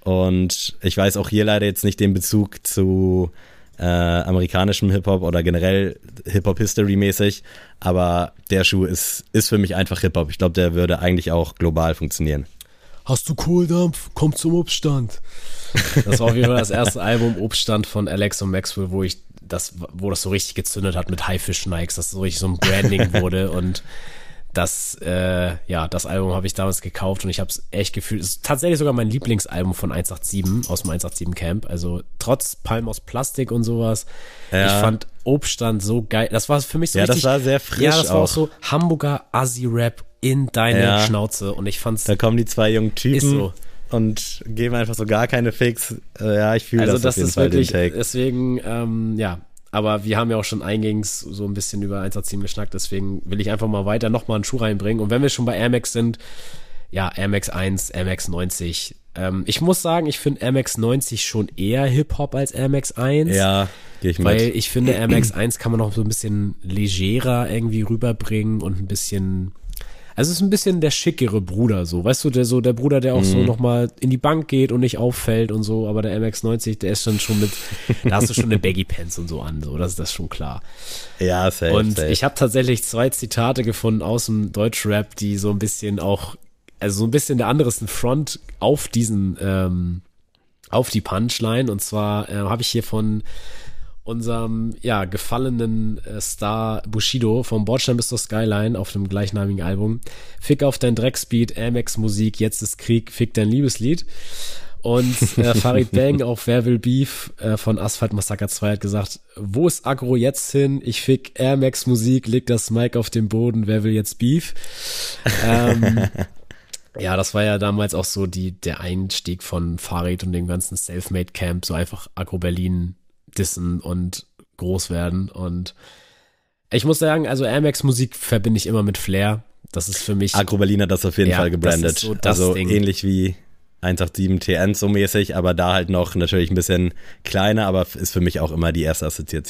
Und ich weiß auch hier leider jetzt nicht den Bezug zu amerikanischem Hip-Hop oder generell Hip-Hop-History-mäßig, aber der Schuh ist für mich einfach Hip-Hop. Ich glaube, der würde eigentlich auch global funktionieren. Hast du Kohldampf? Komm zum Obststand. Das war auf jeden Fall das erste Album Obststand von Alex und Maxwell, wo das so richtig gezündet hat mit Haifisch Nikes, dass so richtig so ein Branding wurde, und das Album habe ich damals gekauft und ich habe es echt gefühlt. Es ist tatsächlich sogar mein Lieblingsalbum von 187, aus dem 187 Camp. Also trotz Palm aus Plastik und sowas. Ja. Ich fand Obststand so geil. Das war für mich so richtig. Ja, das war sehr frisch. Ja, das war auch so Hamburger Assi-Rap in deine Schnauze, und ich fand's. Da kommen die zwei jungen Typen. Ist so. Und geben einfach so gar keine Fix. Ja, ich fühle das auf jeden Fall wirklich, den Take. Deswegen, aber wir haben ja auch schon eingängs so ein bisschen über 187 geschnackt, deswegen will ich einfach mal weiter nochmal einen Schuh reinbringen. Und wenn wir schon bei Air Max sind, ja, Air Max 1, Air Max 90. Ich muss sagen, ich finde Air Max 90 schon eher Hip-Hop als Air Max 1. Ja, gehe ich mit. Weil ich finde, Air Max 1 kann man noch so ein bisschen legerer irgendwie rüberbringen und ein bisschen. Also es ist ein bisschen der schickere Bruder, so, weißt du, der Bruder, der auch so nochmal in die Bank geht und nicht auffällt und so, aber der MX-90, der ist dann schon da hast du schon eine Baggy Pants und so an, so, das ist schon klar. Ja, safe. Und ich habe tatsächlich 2 Zitate gefunden aus dem Deutschrap, die so ein bisschen auch, also so ein bisschen der andere ist ein Front auf auf die Punchline, und zwar habe ich hier von unserem gefallenen Star Bushido vom Bordstein bis zur Skyline auf dem gleichnamigen Album. Fick auf dein Drecksbeat, Amex Musik, jetzt ist Krieg, fick dein Liebeslied. Und Farid Bang auf Wer will Beef von Asphalt Massaker 2 hat gesagt, wo ist Agro jetzt hin? Ich fick Air Max Musik, leg das Mic auf den Boden, wer will jetzt Beef? Ja, das war ja damals auch so der Einstieg von Farid und dem ganzen Selfmade Camp, so einfach Agro Berlin dissen und groß werden. Und ich muss sagen, also Air Max Musik verbinde ich immer mit Flair. Das ist für mich. Agro Berlin hat das auf jeden Fall gebrandet. Das ist so das also Ding. Ähnlich wie 187 TN so mäßig, aber da halt noch natürlich ein bisschen kleiner, aber ist für mich auch immer die erste Assoziation.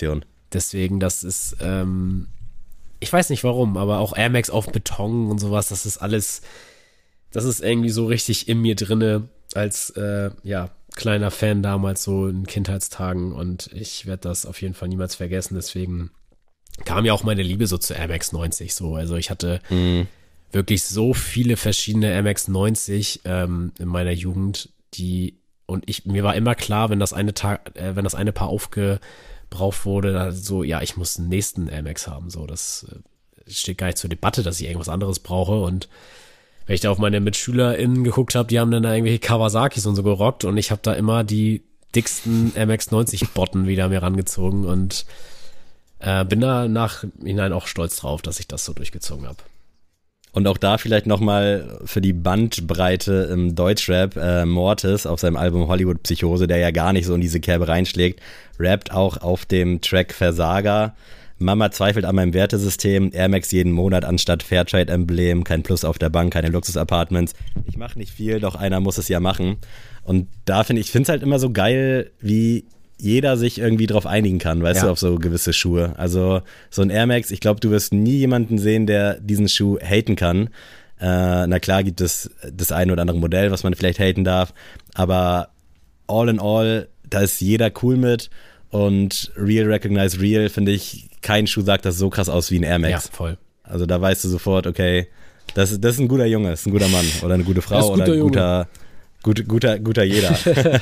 Deswegen, das ist, ich weiß nicht warum, aber auch Air Max auf Beton und sowas, das ist alles, das ist irgendwie so richtig in mir drinne als, kleiner Fan damals so in Kindheitstagen und ich werde das auf jeden Fall niemals vergessen, deswegen kam ja auch meine Liebe so zu Air Max 90 so, also ich hatte wirklich so viele verschiedene Air Max 90 in meiner Jugend, mir war immer klar, wenn das eine Paar aufgebraucht wurde, so, ja, ich muss den nächsten Air Max haben, so, das steht gar nicht zur Debatte, dass ich irgendwas anderes brauche und wenn ich da auf meine MitschülerInnen geguckt habe, die haben dann da irgendwelche Kawasakis und so gerockt und ich habe da immer die dicksten MX-90-Botten wieder mir rangezogen und bin da nachhinein auch stolz drauf, dass ich das so durchgezogen habe. Und auch da vielleicht nochmal für die Bandbreite im Deutschrap, Mortis auf seinem Album Hollywood Psychose, der ja gar nicht so in diese Kerbe reinschlägt, rappt auch auf dem Track Versager. Mama zweifelt an meinem Wertesystem, Air Max jeden Monat anstatt Fairtrade-Emblem, kein Plus auf der Bank, keine Luxus-Apartments. Ich mache nicht viel, doch einer muss es ja machen. Und da finde ich es halt immer so geil, wie jeder sich irgendwie drauf einigen kann, weißt du, auf so gewisse Schuhe. Also so ein Air Max, ich glaube, du wirst nie jemanden sehen, der diesen Schuh haten kann. Na klar gibt es das eine oder andere Modell, was man vielleicht haten darf, aber all in all, da ist jeder cool mit und Real Recognize Real, finde ich, kein Schuh sagt das so krass aus wie ein Air Max. Ja, voll. Also da weißt du sofort, okay, das ist ein guter Junge, das ist ein guter Mann oder eine gute Frau oder ein guter jeder.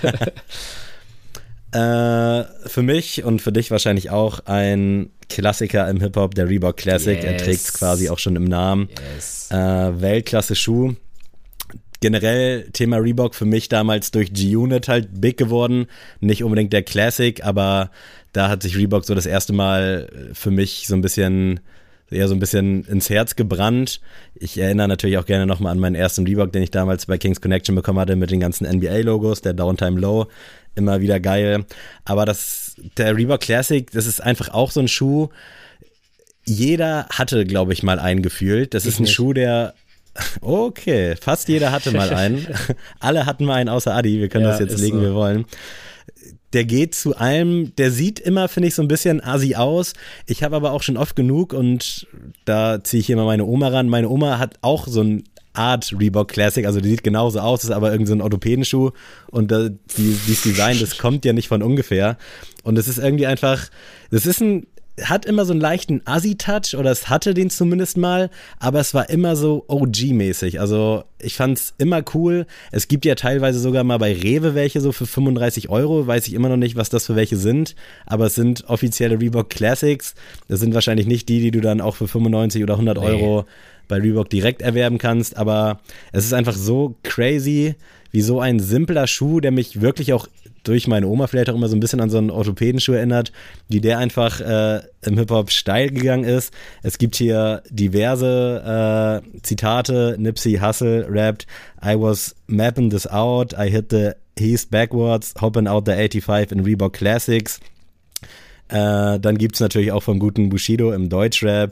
Für mich und für dich wahrscheinlich auch ein Klassiker im Hip-Hop, der Reebok Classic. Yes. Er trägt es quasi auch schon im Namen. Yes. Weltklasse-Schuh. Generell Thema Reebok für mich damals durch G-Unit halt big geworden. Nicht unbedingt der Classic, aber da hat sich Reebok so das erste Mal für mich so ein bisschen ins Herz gebrannt. Ich erinnere natürlich auch gerne nochmal an meinen ersten Reebok, den ich damals bei Kings Connection bekommen hatte mit den ganzen NBA-Logos, der Downtime Low. Immer wieder geil. Aber der Reebok Classic, das ist einfach auch so ein Schuh. Jeder hatte, glaube ich, mal einen gefühlt. Das ist ein Schuh, der okay, fast jeder hatte mal einen. Alle hatten mal einen außer Adi. Wir können das jetzt legen, so. Wir wollen. Der geht zu allem, der sieht immer, finde ich, so ein bisschen assi aus. Ich habe aber auch schon oft genug und da ziehe ich hier mal meine Oma ran. Meine Oma hat auch so ein Art Reebok Classic, also die sieht genauso aus, ist aber irgendwie so ein Orthopädenschuh und dieses Design, das kommt ja nicht von ungefähr und es ist irgendwie einfach, hat immer so einen leichten Assi-Touch oder es hatte den zumindest mal, aber es war immer so OG-mäßig, also ich fand's immer cool. Es gibt ja teilweise sogar mal bei Rewe welche so für 35 €, weiß ich immer noch nicht, was das für welche sind, aber es sind offizielle Reebok Classics, das sind wahrscheinlich nicht die du dann auch für 95 oder 100 € bei Reebok direkt erwerben kannst, aber es ist einfach so crazy, wie so ein simpler Schuh, der mich wirklich auch durch meine Oma vielleicht auch immer so ein bisschen an so einen Orthopädenschuh erinnert, wie der einfach im Hip-Hop steil gegangen ist. Es gibt hier diverse Zitate. Nipsey Hussle rappt, I was mapping this out, I hit the East backwards, hopping out the 85 in Reebok Classics. Dann gibt's natürlich auch vom guten Bushido im Deutschrap,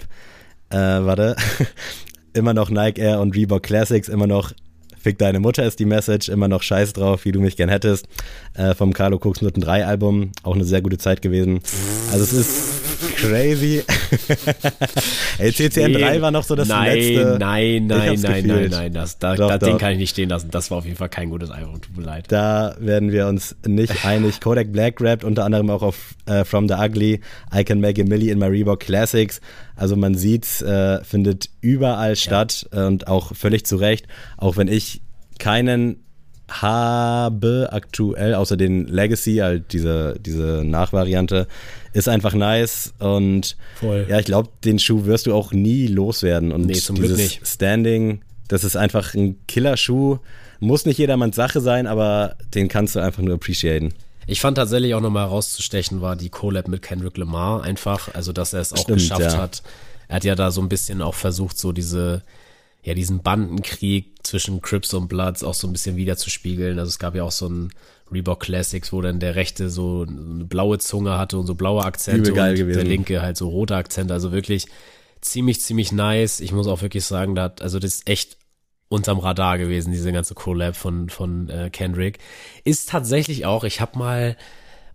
immer noch Nike Air und Reebok Classics, immer noch Fick deine Mutter ist die Message, immer noch Scheiß drauf, wie du mich gern hättest. Vom Carlo Cooks Noten 3 Album, auch eine sehr gute Zeit gewesen. Also es ist crazy. Ey, CCN 3 war noch so das letzte. Nein, den kann ich nicht stehen lassen. Das war auf jeden Fall kein gutes Album, tut mir leid. Da werden wir uns nicht einig. Kodak Black rappt unter anderem auch auf From the Ugly, I Can Make a Milli in My Reebok Classics. Also man sieht's, findet überall statt und auch völlig zu Recht, auch wenn ich keinen habe aktuell, außer den Legacy, halt diese Nachvariante, ist einfach nice und voll. Ja, ich glaube, den Schuh wirst du auch nie loswerden und zum Glück nicht. Standing, das ist einfach ein Killerschuh, muss nicht jedermanns Sache sein, aber den kannst du einfach nur appreciaten. Ich fand tatsächlich auch nochmal herauszustechen, war die Collab mit Kendrick Lamar einfach, also dass er es auch geschafft hat. Er hat ja da so ein bisschen auch versucht, so diesen Bandenkrieg zwischen Crips und Bloods auch so ein bisschen wiederzuspiegeln. Also es gab ja auch so ein Reebok Classics, wo dann der rechte so eine blaue Zunge hatte und so blaue Akzente und der linke halt so rote Akzente. Also wirklich ziemlich, ziemlich nice. Ich muss auch wirklich sagen, das ist echt unterm Radar gewesen, diese ganze Collab von Kendrick. Ist tatsächlich auch, ich habe mal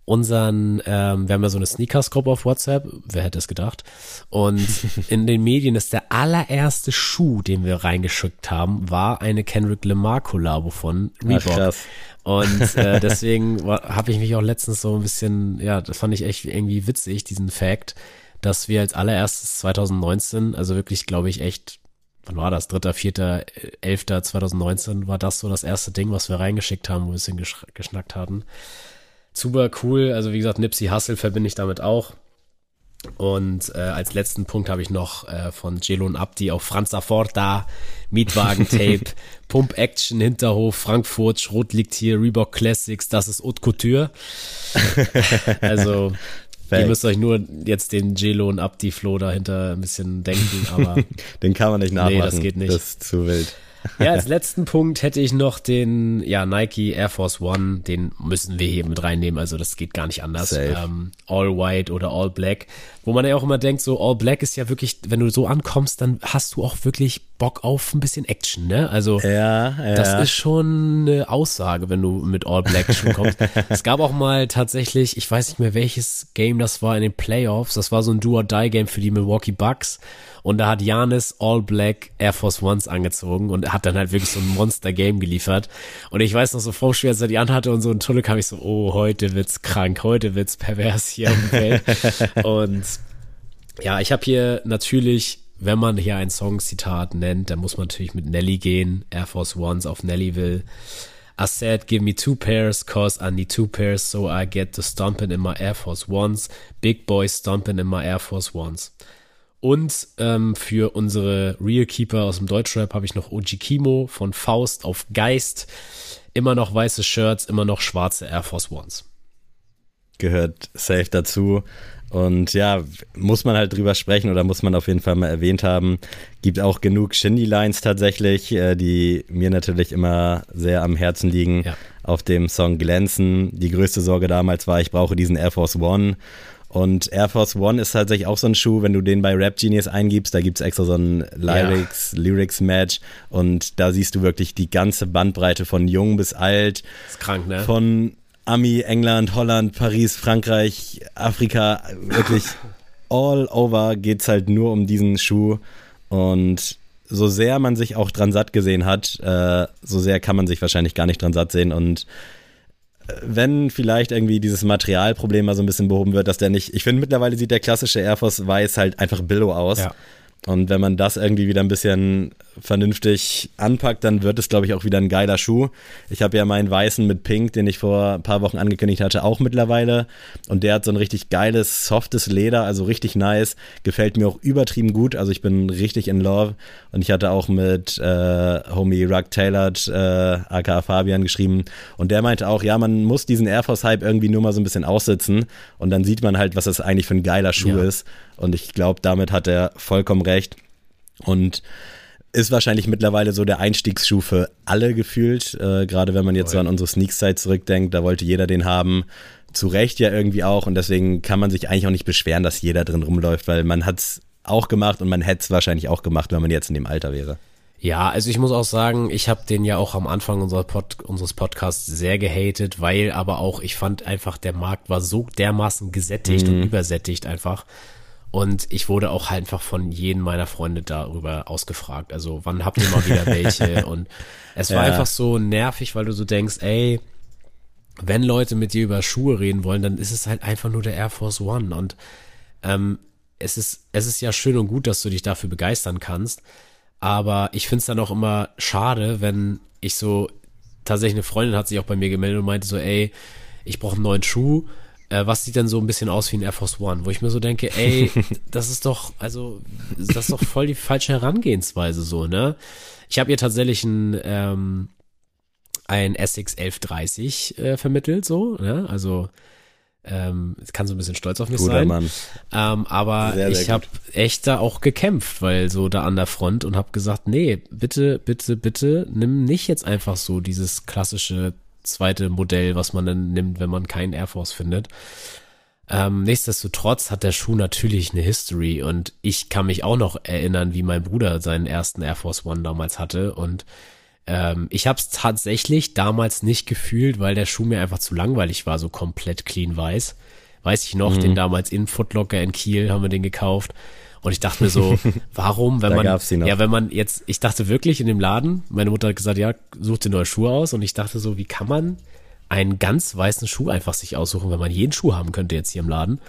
wir haben ja so eine Sneakers-Gruppe auf WhatsApp, wer hätte es gedacht, und in den Medien ist der allererste Schuh, den wir reingeschickt haben, war eine Kendrick Lamar-Kollabo von Reebok. Ach, krass. Und deswegen habe ich mich auch letztens so ein bisschen, ja, das fand ich echt irgendwie witzig, diesen Fact, dass wir als allererstes 2019, also wirklich, glaube ich, echt, wann war das? 3., 4., 11. 2019 war das so das erste Ding, was wir reingeschickt haben, wo wir ein bisschen geschnackt hatten. Super cool, also wie gesagt, Nipsey Hussle verbinde ich damit auch. Und als letzten Punkt habe ich noch von Jelon Abdi auf Franz Forta, Mietwagen-Tape, Pump Action, Hinterhof, Frankfurt, Schrot liegt hier, Reebok Classics, das ist Haute Couture. Also ihr müsst euch nur jetzt den Jelon Abdi-Flow dahinter ein bisschen denken, aber den kann man nicht nachmachen. Nee, das geht nicht. Das ist zu wild. Ja, als letzten Punkt hätte ich noch den Nike Air Force One, den müssen wir hier mit reinnehmen, also das geht gar nicht anders. All White oder All Black, wo man ja auch immer denkt, so All Black ist ja wirklich, wenn du so ankommst, dann hast du auch wirklich Bock auf ein bisschen Action, ne? Also das ist schon eine Aussage, wenn du mit All Black schon kommst. Es gab auch mal tatsächlich, ich weiß nicht mehr welches Game das war in den Playoffs, das war so ein Do-or-Die-Game für die Milwaukee Bucks. Und da hat Giannis All Black Air Force Ones angezogen und hat dann halt wirklich so ein Monster-Game geliefert. Und ich weiß noch so vorm Spiel, als er die anhatte und so in Tunnel kam ich so, oh, heute wird's krank, heute wird's pervers hier auf dem Feld. Und ja, ich habe hier natürlich, wenn man hier ein Song-Zitat nennt, dann muss man natürlich mit Nelly gehen, Air Force Ones auf Nellyville. I said, give me 2 pairs, cause I need 2 pairs, so I get to stomping in my Air Force Ones. Big boys stomping in my Air Force Ones. Und für unsere Real Keeper aus dem Deutschrap habe ich noch OG Kimo von Faust auf Geist. Immer noch weiße Shirts, immer noch schwarze Air Force Ones. Gehört safe dazu. Und ja, muss man halt drüber sprechen oder muss man auf jeden Fall mal erwähnt haben. Gibt auch genug Shindy-Lines tatsächlich, die mir natürlich immer sehr am Herzen liegen. Ja. Auf dem Song Glänzen. Die größte Sorge damals war, ich brauche diesen Air Force One. Und Air Force One ist tatsächlich auch so ein Schuh, wenn du den bei Rap Genius eingibst, da gibt's extra so ein Lyrics-Match und da siehst du wirklich die ganze Bandbreite von jung bis alt. Ist krank, ne? Von Ami, England, Holland, Paris, Frankreich, Afrika, wirklich all over geht's halt nur um diesen Schuh. Und so sehr man sich auch dran satt gesehen hat, so sehr kann man sich wahrscheinlich gar nicht dran satt sehen. Und wenn vielleicht irgendwie dieses Materialproblem mal so ein bisschen behoben wird, dass der nicht, ich finde mittlerweile sieht der klassische Air Force Weiß halt einfach Billo aus. Ja. Und wenn man das irgendwie wieder ein bisschen vernünftig anpackt, dann wird es, glaube ich, auch wieder ein geiler Schuh. Ich habe ja meinen weißen mit Pink, den ich vor ein paar Wochen angekündigt hatte, auch mittlerweile. Und der hat so ein richtig geiles, softes Leder, also richtig nice. Gefällt mir auch übertrieben gut. Also ich bin richtig in love. Und ich hatte auch mit Homie Ruck Taylor, aka Fabian, geschrieben. Und der meinte auch, ja, man muss diesen Air Force-Hype irgendwie nur mal so ein bisschen aussitzen. Und dann sieht man halt, was das eigentlich für ein geiler Schuh ist. Und ich glaube, damit hat er vollkommen recht. Und ist wahrscheinlich mittlerweile so der Einstiegsschuh für alle gefühlt. Gerade wenn man jetzt so an unsere Sneaks-Zeit zurückdenkt, da wollte jeder den haben. Zu Recht ja irgendwie auch. Und deswegen kann man sich eigentlich auch nicht beschweren, dass jeder drin rumläuft, weil man hat's auch gemacht und man hätte es wahrscheinlich auch gemacht, wenn man jetzt in dem Alter wäre. Ja, also ich muss auch sagen, ich habe den ja auch am Anfang unseres Podcasts sehr gehatet, weil aber auch, ich fand einfach, der Markt war so dermaßen gesättigt und übersättigt einfach. Und ich wurde auch halt einfach von jedem meiner Freunde darüber ausgefragt. Also wann habt ihr mal wieder welche? Und es war einfach so nervig, weil du so denkst, ey, wenn Leute mit dir über Schuhe reden wollen, dann ist es halt einfach nur der Air Force One. Und es ist ja schön und gut, dass du dich dafür begeistern kannst. Aber ich find's dann auch immer schade, wenn ich so, tatsächlich eine Freundin hat sich auch bei mir gemeldet und meinte so, ey, ich brauche einen neuen Schuh. Was sieht denn so ein bisschen aus wie ein Air Force One? Wo ich mir so denke, ey, das ist doch voll die falsche Herangehensweise so, ne? Ich habe ihr tatsächlich ein Essex 1130 vermittelt, so, ne? Also kann so ein bisschen stolz auf mich Guter sein. Mann. Aber sehr, sehr ich habe echt da auch gekämpft, weil so da an der Front und habe gesagt, nee, bitte, bitte, bitte, nimm nicht jetzt einfach so dieses klassische zweite Modell, was man dann nimmt, wenn man keinen Air Force findet. Nichtsdestotrotz hat der Schuh natürlich eine History und ich kann mich auch noch erinnern, wie mein Bruder seinen ersten Air Force One damals hatte und Ich habe es tatsächlich damals nicht gefühlt, weil der Schuh mir einfach zu langweilig war, so komplett clean weiß. Weiß ich noch, den damals in Foot Locker in Kiel haben wir den gekauft. Und ich dachte mir so, warum, wenn man jetzt, ich dachte wirklich in dem Laden, meine Mutter hat gesagt, ja, such dir neue Schuhe aus. Und ich dachte so, wie kann man einen ganz weißen Schuh einfach sich aussuchen, wenn man jeden Schuh haben könnte jetzt hier im Laden.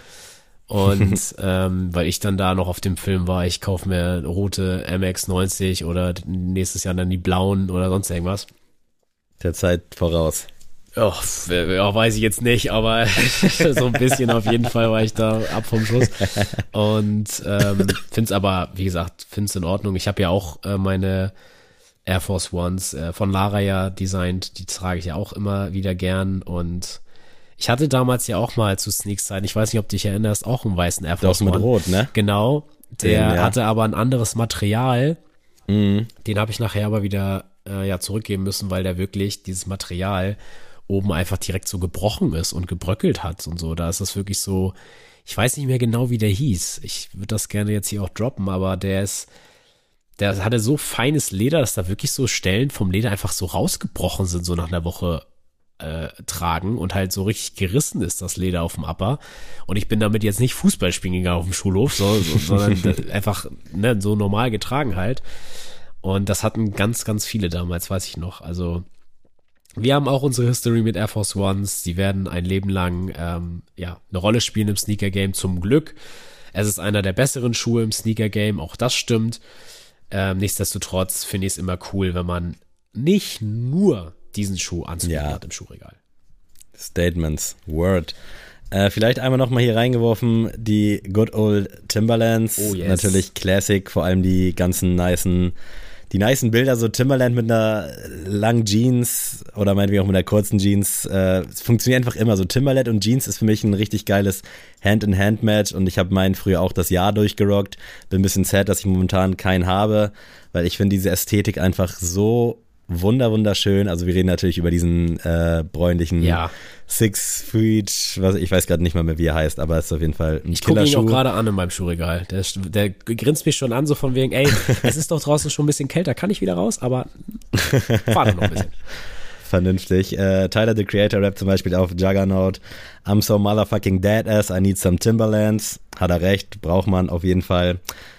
Und weil ich dann da noch auf dem Film war, ich kaufe mir rote MX-90 oder nächstes Jahr dann die blauen oder sonst irgendwas. Der Zeit voraus. Ja, weiß ich jetzt nicht, aber so ein bisschen auf jeden Fall war ich da ab vom Schuss. Und find's aber, wie gesagt, find's in Ordnung. Ich habe ja auch meine Air Force Ones von Lara ja designt. Die trage ich ja auch immer wieder gern. Und ich hatte damals ja auch mal zu Sneaks-Zeiten, ich weiß nicht, ob du dich erinnerst, auch einen weißen Air Force One. Mit Rot, ne? Genau. Der hatte aber ein anderes Material. Den habe ich nachher aber wieder zurückgeben müssen, weil der wirklich dieses Material oben einfach direkt so gebrochen ist und gebröckelt hat und so. Da ist das wirklich so, ich weiß nicht mehr genau, wie der hieß. Ich würde das gerne jetzt hier auch droppen, aber der hatte so feines Leder, dass da wirklich so Stellen vom Leder einfach so rausgebrochen sind, so nach einer Woche tragen und halt so richtig gerissen ist, das Leder auf dem Upper. Und ich bin damit jetzt nicht Fußball spielen gegangen auf dem Schulhof, sondern einfach so normal getragen halt. Und das hatten ganz, ganz viele damals, weiß ich noch. Also wir haben auch unsere History mit Air Force Ones. Die werden ein Leben lang eine Rolle spielen im Sneaker-Game, zum Glück. Es ist einer der besseren Schuhe im Sneaker-Game, auch das stimmt. Nichtsdestotrotz finde ich es immer cool, wenn man nicht nur diesen Schuh anzubieten hat im Schuhregal. Statements, Word. Vielleicht einmal noch mal hier reingeworfen, die Good Old Timberlands. Oh yes. Natürlich Classic, vor allem die ganzen nicen Bilder, so Timberland mit einer langen Jeans oder meinetwegen auch mit einer kurzen Jeans, es funktioniert einfach immer so. Timberland und Jeans ist für mich ein richtig geiles Hand-in-Hand-Match und ich habe meinen früher auch das Jahr durchgerockt. Bin ein bisschen sad, dass ich momentan keinen habe, weil ich finde diese Ästhetik einfach so wunderschön. Also wir reden natürlich über diesen bräunlichen 6 Feet, ich weiß gerade nicht mal mehr, wie er heißt, aber es ist auf jeden Fall ein Ich gucke ihn Killerschuh. auch gerade an in meinem Schuhregal. Der grinst mich schon an, so von wegen, ey, es ist doch draußen schon ein bisschen kälter, kann ich wieder raus, aber fahr doch noch ein bisschen. Vernünftig. Tyler, the Creator, rappt zum Beispiel auf Juggernaut. I'm so motherfucking dead ass, I need some Timberlands. Hat er recht, braucht man auf jeden Fall.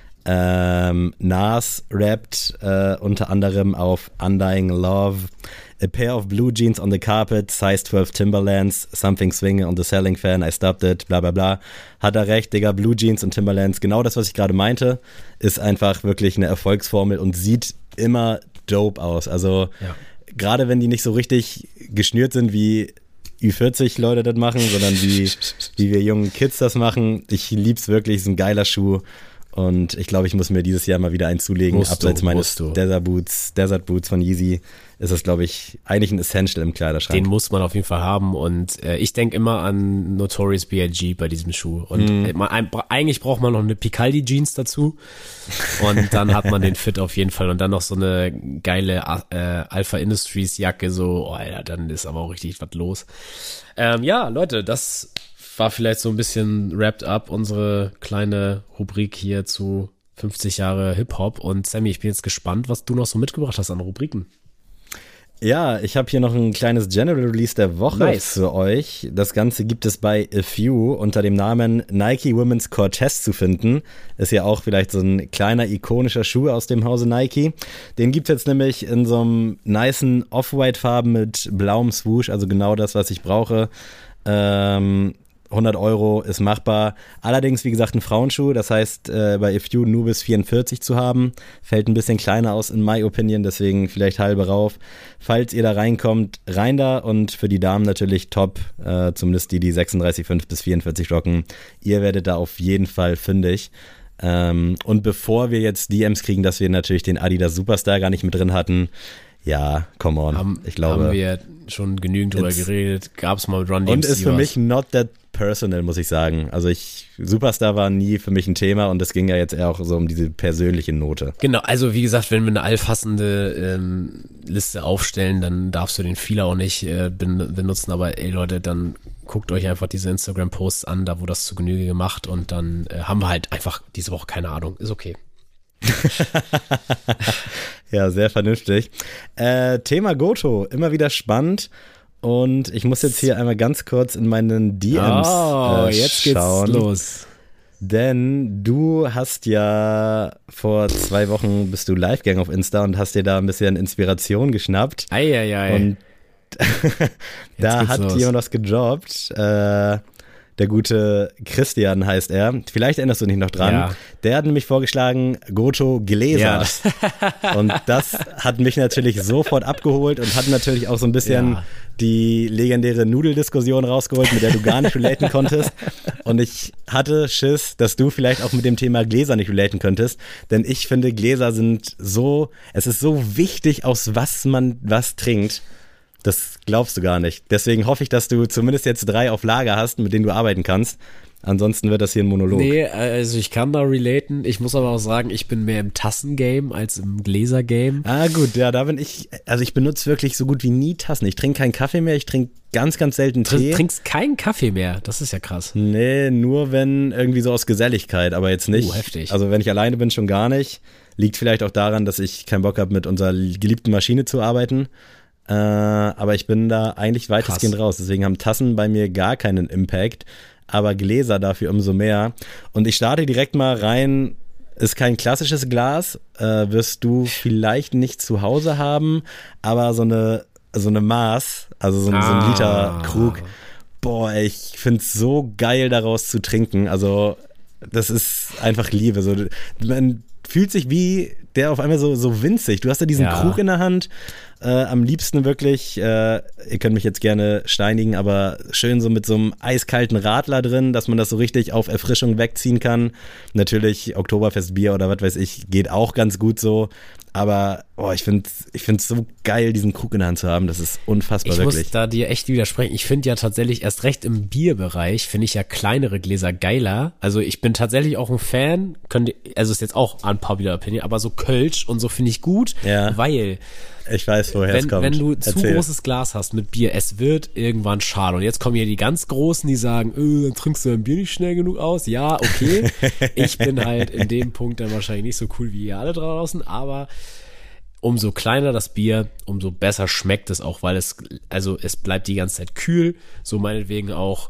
Nas rappt unter anderem auf Undying Love. A pair of blue jeans on the carpet, size 12 Timberlands, something swinging on the selling fan, I stopped it, bla bla bla. Hat er recht, Digga, Blue Jeans und Timberlands, genau das, was ich gerade meinte, ist einfach wirklich eine Erfolgsformel und sieht immer dope aus. Also gerade wenn die nicht so richtig geschnürt sind, wie Ü40 Leute das machen, sondern wie wir jungen Kids das machen. Ich lieb's wirklich, ist ein geiler Schuh. Und ich glaube, ich muss mir dieses Jahr mal wieder einen zulegen. Abseits meines Desert Boots von Yeezy ist das, glaube ich, eigentlich ein Essential im Kleiderschrank. Den muss man auf jeden Fall haben. Und ich denke immer an Notorious B.I.G. bei diesem Schuh. Und eigentlich braucht man noch eine Picaldi-Jeans dazu. Und dann hat man den Fit auf jeden Fall. Und dann noch so eine geile Alpha Industries Jacke. So, oh, Alter, dann ist aber auch richtig was los. Leute, das war vielleicht so ein bisschen wrapped up, unsere kleine Rubrik hier zu 50 Jahre Hip-Hop. Und Sammy, ich bin jetzt gespannt, was du noch so mitgebracht hast an Rubriken. Ja, ich habe hier noch ein kleines General Release der Woche für euch. Das Ganze gibt es bei A Few unter dem Namen Nike Women's Cortez zu finden. Ist ja auch vielleicht so ein kleiner ikonischer Schuh aus dem Hause Nike. Den gibt's jetzt nämlich in so einem nicen Off-White-Farben mit blauem Swoosh, also genau das, was ich brauche. 100 € ist machbar. Allerdings, wie gesagt, ein Frauenschuh. Das heißt, bei A Few nur bis 44 zu haben. Fällt ein bisschen kleiner aus, in my opinion. Deswegen vielleicht halbe rauf. Falls ihr da reinkommt, rein da. Und für die Damen natürlich top. Zumindest die 36,5 bis 44 rocken. Ihr werdet da auf jeden Fall fündig. Und bevor wir jetzt DMs kriegen, dass wir natürlich den Adidas Superstar gar nicht mit drin hatten, ja, come on. Ich glaube, haben wir schon genügend drüber geredet. Gab es mal mit Run DMC und ist für mich not that personal, muss ich sagen. Also Superstar war nie für mich ein Thema und es ging ja jetzt eher auch so um diese persönliche Note. Genau, also wie gesagt, wenn wir eine allfassende Liste aufstellen, dann darfst du den Fehler auch nicht benutzen, aber ey Leute, dann guckt euch einfach diese Instagram-Posts an, da wurde das zu Genüge gemacht und dann haben wir halt einfach diese Woche keine Ahnung, ist okay. Ja, sehr vernünftig. Thema Goto, immer wieder spannend. Und ich muss jetzt hier einmal ganz kurz in meinen DMs jetzt schauen. geht's los. Denn du hast ja vor 2 Wochen bist du live gegangen auf Insta und hast dir da ein bisschen Inspiration geschnappt. Eieiei. Und da hat los. jemand was gedroppt. Der gute Christian heißt er. Vielleicht erinnerst du dich noch dran. Ja. Der hat nämlich vorgeschlagen, Goto Gläser. Ja. Und das hat mich natürlich sofort abgeholt und hat natürlich auch so ein bisschen die legendäre Nudeldiskussion rausgeholt, mit der du gar nicht relaten konntest. Und ich hatte Schiss, dass du vielleicht auch mit dem Thema Gläser nicht relaten könntest. Denn ich finde, Gläser es ist so wichtig, aus was man was trinkt. Das glaubst du gar nicht. Deswegen hoffe ich, dass du zumindest jetzt 3 auf Lager hast, mit denen du arbeiten kannst. Ansonsten wird das hier ein Monolog. Nee, also ich kann da relaten. Ich muss aber auch sagen, ich bin mehr im Tassengame als im Gläsergame. Ah gut, ja, da bin ich, also ich benutze wirklich so gut wie nie Tassen. Ich trinke keinen Kaffee mehr, ich trinke ganz, ganz selten Tee. Du trinkst keinen Kaffee mehr, das ist ja krass. Nee, nur wenn irgendwie so aus Geselligkeit, aber jetzt nicht. Heftig. Also wenn ich alleine bin, schon gar nicht. Liegt vielleicht auch daran, dass ich keinen Bock habe, mit unserer geliebten Maschine zu arbeiten. Aber ich bin da eigentlich weitestgehend raus. Deswegen haben Tassen bei mir gar keinen Impact, aber Gläser dafür umso mehr. Und ich starte direkt mal rein. Ist kein klassisches Glas, wirst du vielleicht nicht zu Hause haben, aber so eine Maß, also so ein Liter Krug. Boah, ich find's so geil, daraus zu trinken. Also das ist einfach Liebe. So, man fühlt sich wie der auf einmal so winzig. Du hast ja diesen Krug in der Hand. Am liebsten wirklich, ihr könnt mich jetzt gerne steinigen, aber schön so mit so einem eiskalten Radler drin, dass man das so richtig auf Erfrischung wegziehen kann. Natürlich Oktoberfestbier oder was weiß ich, geht auch ganz gut so. Aber ich find's so geil, diesen Krug in der Hand zu haben. Das ist unfassbar, wirklich. Ich muss da dir echt widersprechen. Ich finde ja tatsächlich erst recht im Bierbereich, finde ich ja kleinere Gläser geiler. Also ich bin tatsächlich auch ein Fan, ist jetzt auch unpopular opinion, aber so Kölsch und so finde ich gut, weil ich weiß, woher es kommt. Wenn du zu großes Glas hast mit Bier, es wird irgendwann schade. Und jetzt kommen hier die ganz Großen, die sagen, dann trinkst du dein Bier nicht schnell genug aus. Ja, okay. Ich bin halt in dem Punkt dann wahrscheinlich nicht so cool wie ihr alle draußen, aber umso kleiner das Bier, umso besser schmeckt es auch, weil es bleibt die ganze Zeit kühl. So meinetwegen auch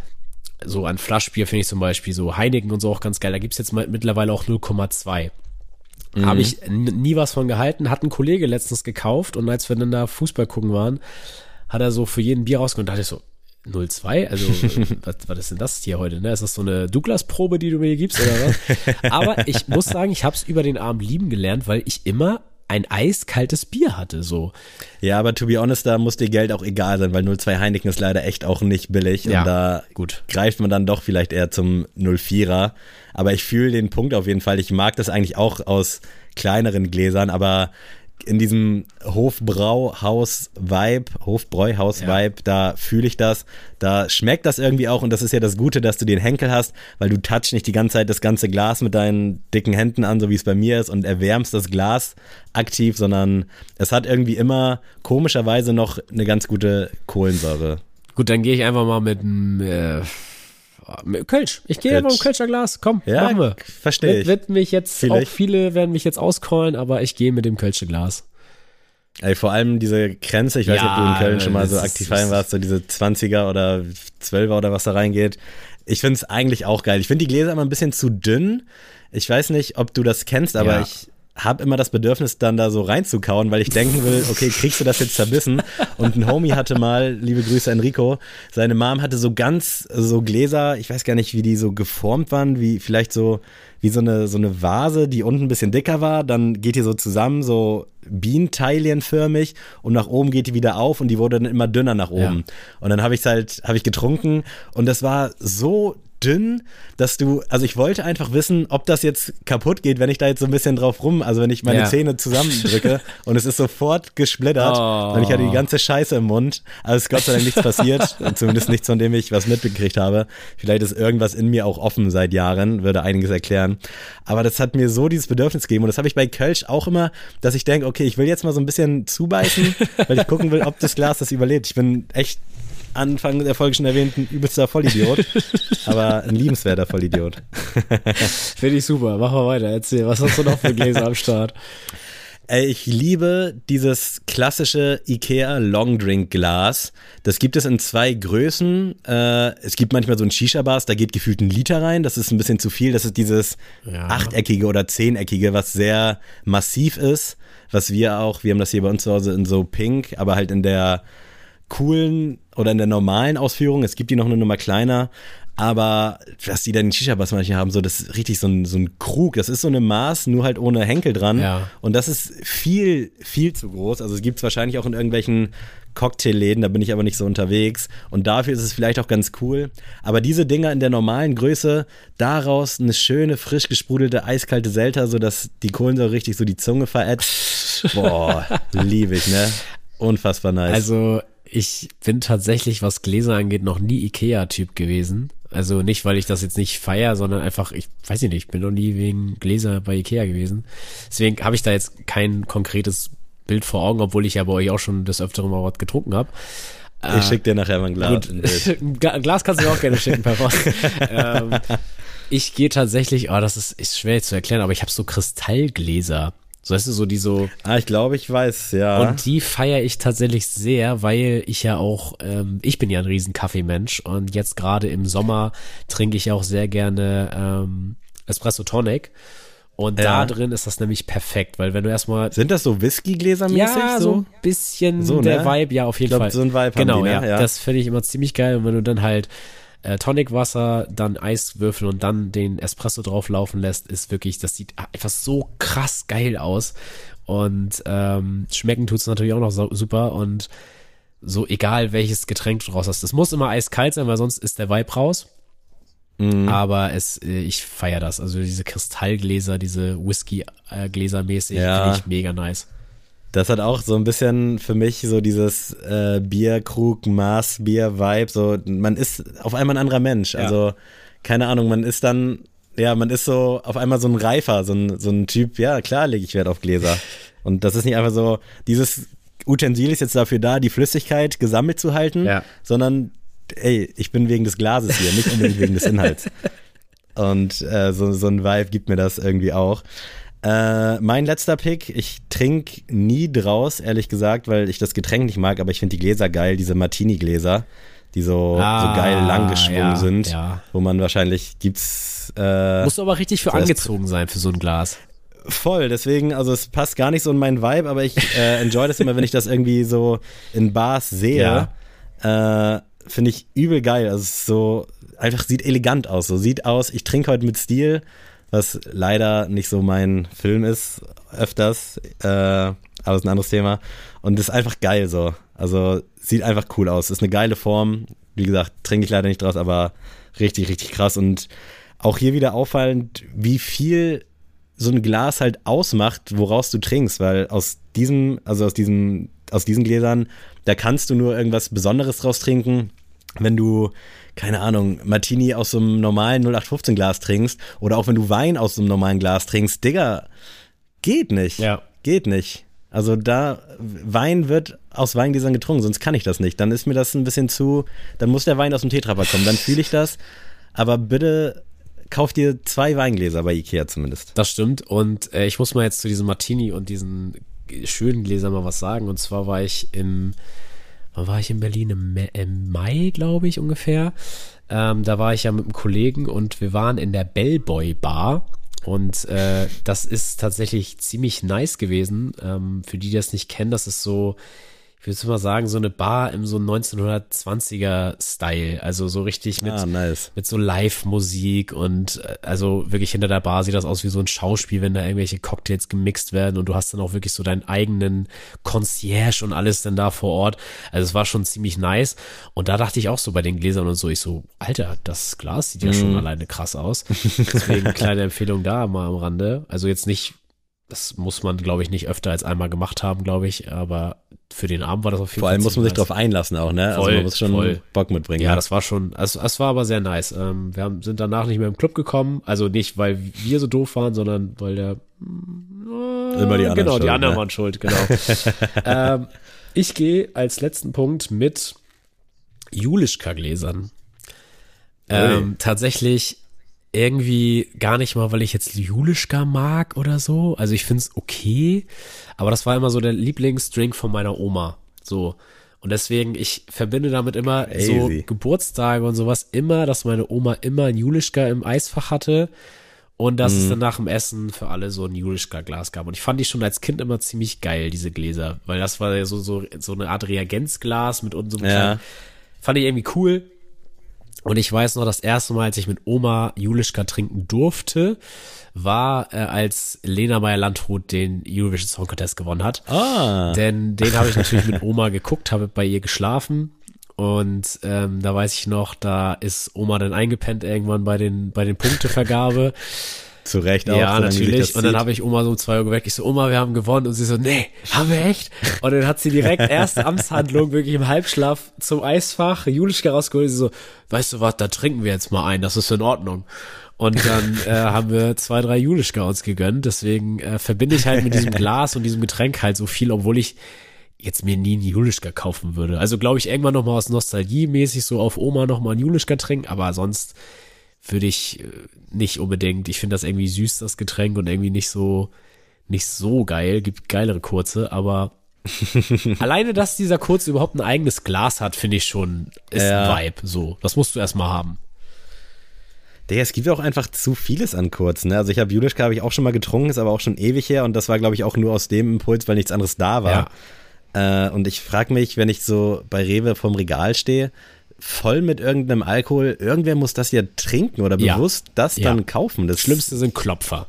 so an Flaschbier finde ich zum Beispiel so Heineken und so auch ganz geil. Da gibt's jetzt mittlerweile auch 0,2. Habe ich nie was von gehalten, hat ein Kollege letztens gekauft und als wir dann da Fußball gucken waren, hat er so für jeden Bier rausgeholt und dachte ich so, 0,2? Also was ist denn das hier heute? Ne? Ist das so eine Douglas-Probe, die du mir hier gibst oder was? Aber ich muss sagen, ich habe es über den Abend lieben gelernt, weil ich immer ein eiskaltes Bier hatte, so. Ja, aber to be honest, da muss dir Geld auch egal sein, weil 0,2 Heineken ist leider echt auch nicht billig. Ja, und da gut. greift man dann doch vielleicht eher zum 0,4er. Aber ich fühle den Punkt auf jeden Fall. Ich mag das eigentlich auch aus kleineren Gläsern, aber in diesem Hofbräuhaus-Vibe, da fühle ich das, da schmeckt das irgendwie auch und das ist ja das Gute, dass du den Henkel hast, weil du touchst nicht die ganze Zeit das ganze Glas mit deinen dicken Händen an, so wie es bei mir ist und erwärmst das Glas aktiv, sondern es hat irgendwie immer komischerweise noch eine ganz gute Kohlensäure. Gut, dann gehe ich einfach mal mit Kölsch. Ich gehe einfach mit dem Kölscher Glas. Komm, machen wir. Verstehe ich. Viele werden mich jetzt auscallen, aber ich gehe mit dem Kölscher Glas. Ey, vor allem diese Grenze, ich weiß nicht, ob du in Köln schon mal so aktiv rein warst, so diese 20er oder 12er oder was da reingeht. Ich finde es eigentlich auch geil. Ich finde die Gläser immer ein bisschen zu dünn. Ich weiß nicht, ob du das kennst, aber ich habe immer das Bedürfnis, dann da so reinzukauen, weil ich denken will, okay, kriegst du das jetzt zerbissen? Und ein Homie hatte mal, liebe Grüße Enrico, seine Mom hatte so Gläser, ich weiß gar nicht, wie die so geformt waren, wie vielleicht so wie so eine Vase, die unten ein bisschen dicker war, dann geht die so zusammen, so bienenteilenförmig und nach oben geht die wieder auf und die wurde dann immer dünner nach oben. Ja. Und dann habe ich getrunken und das war so dünn, also ich wollte einfach wissen, ob das jetzt kaputt geht, wenn ich da jetzt so ein bisschen drauf also wenn ich meine Zähne zusammendrücke und es ist sofort gesplittert und ich hatte die ganze Scheiße im Mund. Also ist Gott sei Dank nichts passiert, zumindest nichts, von dem ich was mitbekriegt habe. Vielleicht ist irgendwas in mir auch offen seit Jahren, würde einiges erklären. Aber das hat mir so dieses Bedürfnis gegeben und das habe ich bei Kölsch auch immer, dass ich denke, okay, ich will jetzt mal so ein bisschen zubeißen, weil ich gucken will, ob das Glas das überlebt. Ich bin echt Anfang der Folge schon erwähnt, ein übelster Vollidiot, aber ein liebenswerter Vollidiot. Finde ich super, mach mal weiter, erzähl, was hast du noch für Gläser am Start? Ich liebe dieses klassische Ikea Longdrink-Glas. Das gibt es in 2 Größen. Es gibt manchmal so ein Shisha-Bars, da geht gefühlt 1 Liter rein. Das ist ein bisschen zu viel. Das ist dieses achteckige oder 10-eckige, was sehr massiv ist. Was wir haben das hier bei uns zu Hause in so pink, aber halt in der coolen oder in der normalen Ausführung. Es gibt die noch eine Nummer kleiner. Aber was die dann in Shisha-Bars manchmal haben, so, das ist richtig so ein Krug. Das ist so eine Maß, nur halt ohne Henkel dran. Ja. Und das ist viel, viel zu groß. Also es gibt es wahrscheinlich auch in irgendwelchen Cocktailläden, da bin ich aber nicht so unterwegs. Und dafür ist es vielleicht auch ganz cool. Aber diese Dinger in der normalen Größe, daraus eine schöne, frisch gesprudelte, eiskalte Selter, sodass die Kohlensäure richtig so die Zunge verätzt. Boah, liebe ich, ne? Unfassbar nice. Also ich bin tatsächlich, was Gläser angeht, noch nie Ikea-Typ gewesen. Also nicht, weil ich das jetzt nicht feiere, sondern einfach, ich weiß nicht, ich bin noch nie wegen Gläser bei Ikea gewesen. Deswegen habe ich da jetzt kein konkretes Bild vor Augen, obwohl ich ja bei euch auch schon des Öfteren mal was getrunken habe. Ich schicke dir nachher mal ein Glas. Ein Glas kannst du mir auch gerne schicken, per Post. Ich gehe tatsächlich, das ist schwer zu erklären, aber ich habe so Kristallgläser. So, weißt du, so die so. Ich glaube, ich weiß, ja. Und die feiere ich tatsächlich sehr, weil ich ja auch, ich bin ja ein riesen Kaffeemensch und jetzt gerade im Sommer trinke ich auch sehr gerne Espresso Tonic. Und da drin ist das nämlich perfekt, weil wenn du erstmal. Sind das so Whisky-Gläser-mäßig? Ja, so ein bisschen so, der Vibe, ja, auf jeden Fall. So ein Vibe genau, haben die, ne? Ja. Das finde ich immer ziemlich geil. Und wenn du dann halt Tonicwasser, dann Eiswürfel und dann den Espresso drauflaufen lässt, ist wirklich, das sieht einfach so krass geil aus. Und schmecken tut's natürlich auch noch super. Und so egal, welches Getränk du draus hast. Es muss immer eiskalt sein, weil sonst ist der Vibe raus. Aber ich feiere das. Also diese Kristallgläser, diese Whisky-Gläser mäßig, finde ich mega nice. Das hat auch so ein bisschen für mich so dieses Bierkrug, Maß-Bier-Vibe. So, man ist auf einmal ein anderer Mensch. Ja. Also, keine Ahnung, man ist so auf einmal so ein Reifer, so ein Typ, ja, klar lege ich Wert auf Gläser. Und das ist nicht einfach so, dieses Utensil ist jetzt dafür da, die Flüssigkeit gesammelt zu halten, sondern ich bin wegen des Glases hier, nicht unbedingt wegen des Inhalts. Und so ein Vibe gibt mir das irgendwie auch. Mein letzter Pick, ich trinke nie draus, ehrlich gesagt, weil ich das Getränk nicht mag, aber ich finde die Gläser geil, diese Martini-Gläser, die so geil lang geschwungen sind, wo man wahrscheinlich gibt's. Musst du aber richtig für angezogen sein für so ein Glas. Voll, deswegen, also es passt gar nicht so in meinen Vibe, aber ich enjoy das immer, wenn ich das irgendwie so in Bars sehe. Finde ich übel geil. Also es ist so, einfach sieht elegant aus. So sieht aus, ich trinke heute mit Stil, was leider nicht so mein Film ist, öfters. Aber ist ein anderes Thema. Und ist einfach geil so. Also sieht einfach cool aus. Ist eine geile Form. Wie gesagt, trinke ich leider nicht draus, aber richtig, richtig krass. Und auch hier wieder auffallend, wie viel so ein Glas halt ausmacht, woraus du trinkst, weil aus diesen Gläsern, da kannst du nur irgendwas Besonderes draus trinken, wenn du, keine Ahnung, Martini aus so einem normalen 0815 Glas trinkst oder auch wenn du Wein aus so einem normalen Glas trinkst, Digga, geht nicht. Ja. Geht nicht. Also Wein wird aus Weingläsern getrunken, sonst kann ich das nicht. Dann ist mir das ein bisschen dann muss der Wein aus dem Tetrapack kommen, dann fühle ich das, aber bitte kauf dir 2 Weingläser bei Ikea zumindest. Das stimmt und ich muss mal jetzt zu diesem Martini und diesen schönen Gläsern mal was sagen. Und zwar war ich in Berlin im Mai, glaube ich, ungefähr. Da war ich ja mit einem Kollegen und wir waren in der Bellboy Bar. Und das ist tatsächlich ziemlich nice gewesen. Für die das nicht kennen, das ist so, ich würde mal sagen, so eine Bar im so 1920er-Style. Also so richtig mit so Live-Musik und also wirklich hinter der Bar sieht das aus wie so ein Schauspiel, wenn da irgendwelche Cocktails gemixt werden und du hast dann auch wirklich so deinen eigenen Concierge und alles dann da vor Ort. Also es war schon ziemlich nice. Und da dachte ich auch so bei den Gläsern und so, ich so, Alter, das Glas sieht ja schon alleine krass aus. Deswegen kleine Empfehlung da mal am Rande. Also jetzt nicht, das muss man, glaube ich, nicht öfter als einmal gemacht haben, glaube ich, aber für den Abend war das auf jeden Fall. Vor allem muss man sich drauf einlassen auch, ne? Voll, also man muss schon Bock mitbringen. Ja, das war schon, also es war aber sehr nice. Sind danach nicht mehr im Club gekommen, also nicht, weil wir so doof waren, sondern weil der immer die anderen schuld, die anderen waren schuld, genau. Ich gehe als letzten Punkt mit Julischka-Gläsern. Tatsächlich irgendwie gar nicht mal, weil ich jetzt Julischka mag oder so. Also ich finde es okay, aber das war immer so der Lieblingsdrink von meiner Oma. So. Und deswegen, ich verbinde damit immer so Geburtstage und sowas immer, dass meine Oma immer ein Julischka im Eisfach hatte und dass es dann nach dem Essen für alle so ein Julischka-Glas gab. Und ich fand die schon als Kind immer ziemlich geil, diese Gläser, weil das war ja so eine Art Reagenzglas mit unserem kleinen, fand ich irgendwie cool. Und ich weiß noch, das erste Mal, als ich mit Oma Julischka trinken durfte, war, als Lena Meyer-Landrut den Eurovision Song Contest gewonnen hat. Denn den habe ich natürlich mit Oma geguckt, habe bei ihr geschlafen. Und da weiß ich noch, da ist Oma dann eingepennt irgendwann bei den Punktevergabe. Zu Recht auch. Ja, natürlich. Und dann habe ich Oma so um 2 Uhr geweckt. Ich so, Oma, wir haben gewonnen. Und sie so, nee, haben wir echt? Und dann hat sie direkt erste Amtshandlung wirklich im Halbschlaf zum Eisfach Julischka rausgeholt. Sie so, weißt du was, da trinken wir jetzt mal ein. Das ist in Ordnung. Und dann haben wir 2, 3 Julischka uns gegönnt. Deswegen verbinde ich halt mit diesem Glas und diesem Getränk halt so viel, obwohl ich jetzt mir nie einen Julischka kaufen würde. Also glaube ich irgendwann nochmal aus Nostalgie mäßig so auf Oma nochmal einen Julischka trinken. Aber sonst würde ich nicht unbedingt. Ich finde das irgendwie süß, das Getränk, und irgendwie nicht so geil. Gibt geilere Kurze, aber alleine, dass dieser Kurze überhaupt ein eigenes Glas hat, finde ich schon, ist ein Vibe. So, das musst du erstmal haben. Digga, es gibt auch einfach zu vieles an Kurzen. Ne? Also Julischka habe ich auch schon mal getrunken, ist aber auch schon ewig her, und das war, glaube ich, auch nur aus dem Impuls, weil nichts anderes da war. Und ich frage mich, wenn ich so bei Rewe vorm Regal stehe, voll mit irgendeinem Alkohol, irgendwer muss das ja trinken oder bewusst das dann kaufen. Das Schlimmste sind Klopfer.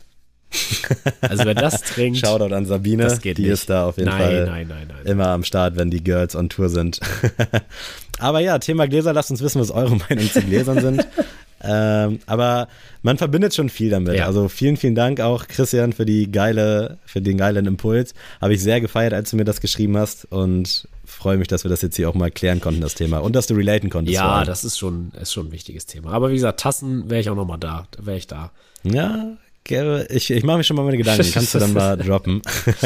Also wer das trinkt, Shoutout an Sabine, das geht die nicht. Ist da auf jeden Fall immer am Start, wenn die Girls on Tour sind. Aber ja, Thema Gläser, lasst uns wissen, was eure Meinungen zu Gläsern sind. Aber man verbindet schon viel damit. Ja. Also vielen, vielen Dank auch, Christian, für den geilen Impuls. Habe ich sehr gefeiert, als du mir das geschrieben hast, und freue mich, dass wir das jetzt hier auch mal klären konnten, das Thema. Und dass du relaten konntest. Ja, das ist schon ein wichtiges Thema. Aber wie gesagt, Tassen wäre ich auch nochmal da. Da wäre ich da. Ja, ich mache mir schon mal meine Gedanken. Kannst du dann mal droppen.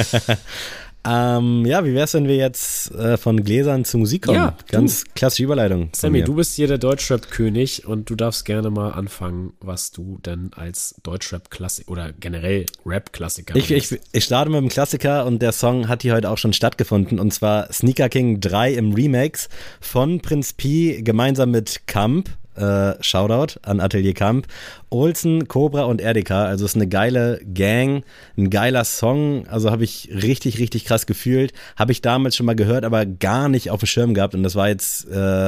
Ja, wie wär's, wenn wir jetzt von Gläsern zu Musik kommen? Ja, ganz klassische Überleitung. Sammy, du bist hier der Deutschrap-König, und du darfst gerne mal anfangen, was du denn als Deutschrap-Klassiker oder generell Rap-Klassiker Ich starte mit dem Klassiker, und der Song hat hier heute auch schon stattgefunden, und zwar Sneaker King 3 im Remix von Prinz Pi gemeinsam mit Kamp. Shoutout an Atelier Kamp, Olsen, Cobra und RDK. Also ist eine geile Gang, ein geiler Song. Also habe ich richtig, richtig krass gefühlt. Habe ich damals schon mal gehört, aber gar nicht auf dem Schirm gehabt. Und das war jetzt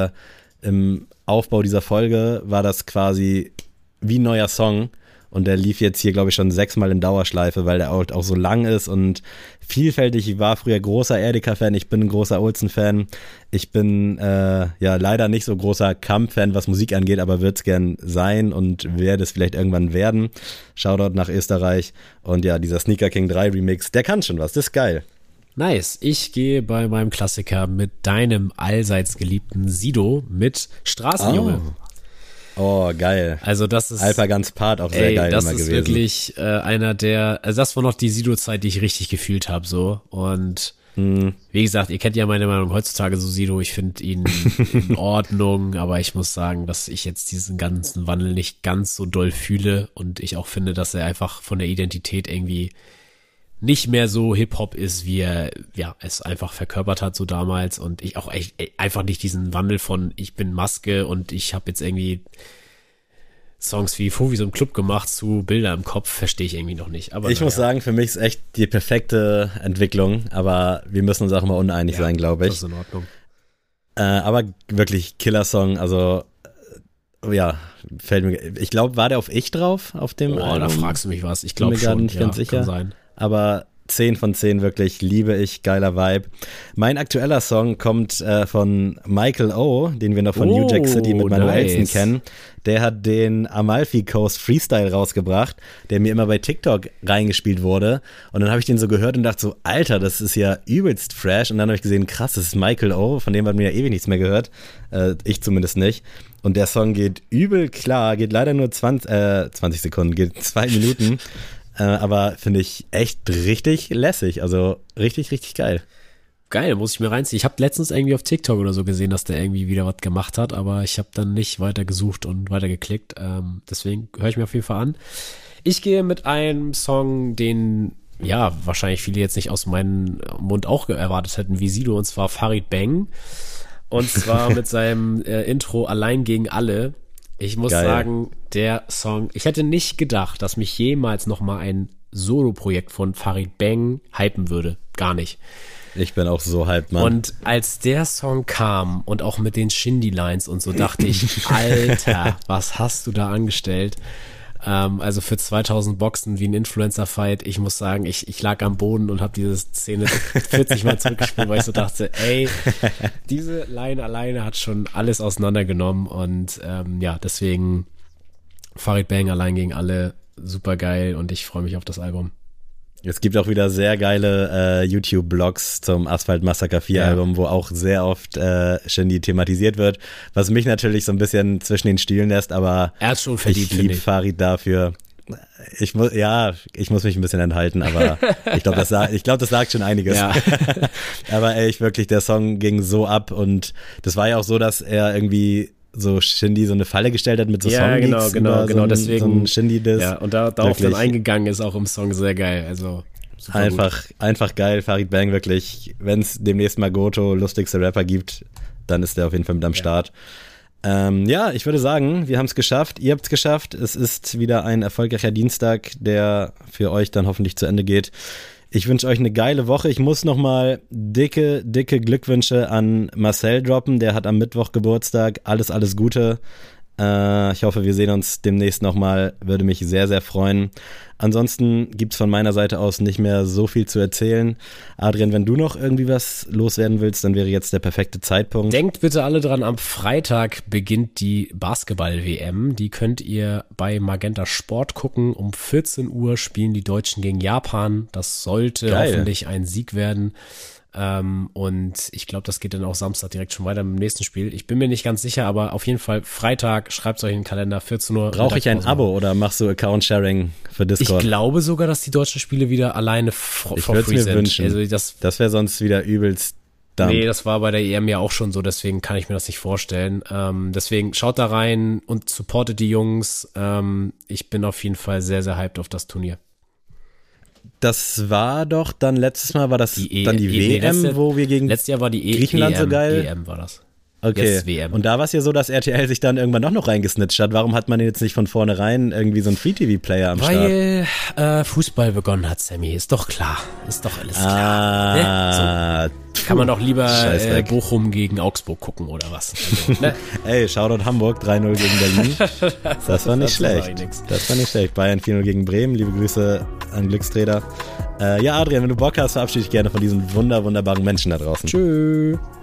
im Aufbau dieser Folge, war das quasi wie ein neuer Song. Und der lief jetzt hier, glaube ich, schon 6-mal in Dauerschleife, weil der auch so lang ist und vielfältig. Ich war früher großer Erdika-Fan, ich bin ein großer Olsen-Fan. Ich bin leider nicht so großer Kamp-Fan, was Musik angeht, aber würde es gern sein und werde es vielleicht irgendwann werden. Shoutout nach Österreich. Und ja, dieser Sneaker King 3 Remix, der kann schon was, das ist geil. Nice. Ich gehe bei meinem Klassiker mit deinem allseits geliebten Sido mit Straßenjunge. Oh, geil. Also das ist Alpha-Guns Part auch sehr geil das immer ist gewesen. Wirklich einer der, also das war noch die Sido-Zeit, die ich richtig gefühlt habe, so. Und wie gesagt, ihr kennt ja meine Meinung heutzutage so Sido, ich finde ihn in Ordnung, aber ich muss sagen, dass ich jetzt diesen ganzen Wandel nicht ganz so doll fühle, und ich auch finde, dass er einfach von der Identität irgendwie nicht mehr so Hip-Hop ist, wie er es einfach verkörpert hat so damals, und ich auch einfach nicht diesen Wandel von ich bin Maske und ich habe jetzt irgendwie Songs wie Fovi so im Club gemacht zu Bilder im Kopf, verstehe ich irgendwie noch nicht. Aber ich muss sagen, für mich ist echt die perfekte Entwicklung, aber wir müssen uns auch mal uneinig sein, glaube ich. Das ist in Ordnung. Aber wirklich Killer-Song, also fällt mir, ich glaube, war der auf Ich drauf, auf dem Album? Da fragst du mich was, ich glaube schon, nicht ganz sicher. Kann sein. Aber 10 von 10 wirklich, liebe ich, geiler Vibe. Mein aktueller Song kommt von Michael O., den wir noch von New Jack City mit Manuelsen kennen. Der hat den Amalfi Coast Freestyle rausgebracht, der mir immer bei TikTok reingespielt wurde. Und dann habe ich den so gehört und dachte so, Alter, das ist ja übelst fresh. Und dann habe ich gesehen, krass, das ist Michael O., von dem hat mir ja ewig nichts mehr gehört. Ich zumindest nicht. Und der Song geht übel klar, geht leider nur 20 Sekunden, geht 2 Minuten. Aber finde ich echt richtig lässig, also richtig, richtig geil. geil, muss ich mir reinziehen. Ich habe letztens irgendwie auf TikTok oder so gesehen, dass der irgendwie wieder was gemacht hat, aber ich habe dann nicht weiter gesucht und weiter geklickt. Deswegen höre ich mir auf jeden Fall an. Ich gehe mit einem Song, den ja wahrscheinlich viele jetzt nicht aus meinem Mund auch erwartet hätten, wie Sido, und zwar Farid Bang. Und zwar mit seinem Intro Allein gegen alle. Ich muss sagen, der Song, ich hätte nicht gedacht, dass mich jemals nochmal ein Solo-Projekt von Farid Bang hypen würde. Gar nicht. Ich bin auch so hyped, Mann. Und als der Song kam und auch mit den Shindy-Lines und so, dachte ich, Alter, was hast du da angestellt? Also für 2000 Boxen wie ein Influencer-Fight, ich muss sagen, ich lag am Boden und habe diese Szene 40 Mal zurückgespielt, weil ich so dachte, ey, diese Line alleine hat schon alles auseinandergenommen und ja, deswegen Farid Bang allein gegen alle, super geil und ich freue mich auf das Album. Es gibt auch wieder sehr geile YouTube-Blogs zum Asphalt Massacre 4 Album, wo auch sehr oft Shindy thematisiert wird, was mich natürlich so ein bisschen zwischen den Stühlen lässt, aber er hat schon verdient, ich liebe Farid dafür. Ich muss mich ein bisschen enthalten, aber ich glaube, das sagt schon einiges. Ja. Aber ey, wirklich, der Song ging so ab und das war ja auch so, dass er irgendwie so Shindy so eine Falle gestellt hat mit so Songleaks. Genau, deswegen. So ein Shindy-Diss. Ja, und darauf dann eingegangen ist auch im Song sehr geil, also einfach geil, Farid Bang wirklich, wenn es demnächst mal Goto lustigste Rapper gibt, dann ist der auf jeden Fall mit am Start. Ja, ich würde sagen, wir haben es geschafft, ihr habt es geschafft, es ist wieder ein erfolgreicher Dienstag, der für euch dann hoffentlich zu Ende geht. Ich wünsche euch eine geile Woche. Ich muss nochmal dicke Glückwünsche an Marcel droppen. Der hat am Mittwoch Geburtstag. Alles Gute. Ich hoffe, wir sehen uns demnächst nochmal. Würde mich sehr, sehr freuen. Ansonsten gibt's von meiner Seite aus nicht mehr so viel zu erzählen. Adrian, wenn du noch irgendwie was loswerden willst, dann wäre jetzt der perfekte Zeitpunkt. Denkt bitte alle dran, am Freitag beginnt die Basketball-WM. Die könnt ihr bei Magenta Sport gucken. Um 14 Uhr spielen die Deutschen gegen Japan. Das sollte hoffentlich ein Sieg werden. Und ich glaube, das geht dann auch Samstag direkt schon weiter mit dem nächsten Spiel. Ich bin mir nicht ganz sicher, aber auf jeden Fall Freitag, schreibt es euch in den Kalender, 14 Uhr. Brauche ich ein Abo oder machst du Account-Sharing für Discord? Ich glaube sogar, dass die deutschen Spiele wieder alleine for free sind. Ich würde es mir wünschen. Also das wäre sonst wieder übelst dumb. Nee, das war bei der EM ja auch schon so, deswegen kann ich mir das nicht vorstellen. Deswegen schaut da rein und supportet die Jungs. Ich bin auf jeden Fall sehr, sehr hyped auf das Turnier. Das war doch dann letztes Mal, war das dann die WM, wo wir gegen letztes Jahr war die Griechenland so geil. EM war das. Okay, Jetzt WM. Und da war es ja so, dass RTL sich dann irgendwann noch reingesnitcht hat. Warum hat man jetzt nicht von vornherein irgendwie so einen Free-TV-Player am Start? Weil Fußball begonnen hat, Sammy. Ist doch klar. Ist doch alles klar. Ne? So. Kann man doch lieber Bochum gegen Augsburg gucken oder was? Also, ne? Ey, Shoutout Hamburg, 3-0 gegen Berlin. Das war nicht schlecht. Das war nicht schlecht. Bayern 4-0 gegen Bremen. Liebe Grüße an Glücksträder. Ja, Adrian, wenn du Bock hast, verabschiede ich gerne von diesen wunderbaren Menschen da draußen. Tschüss.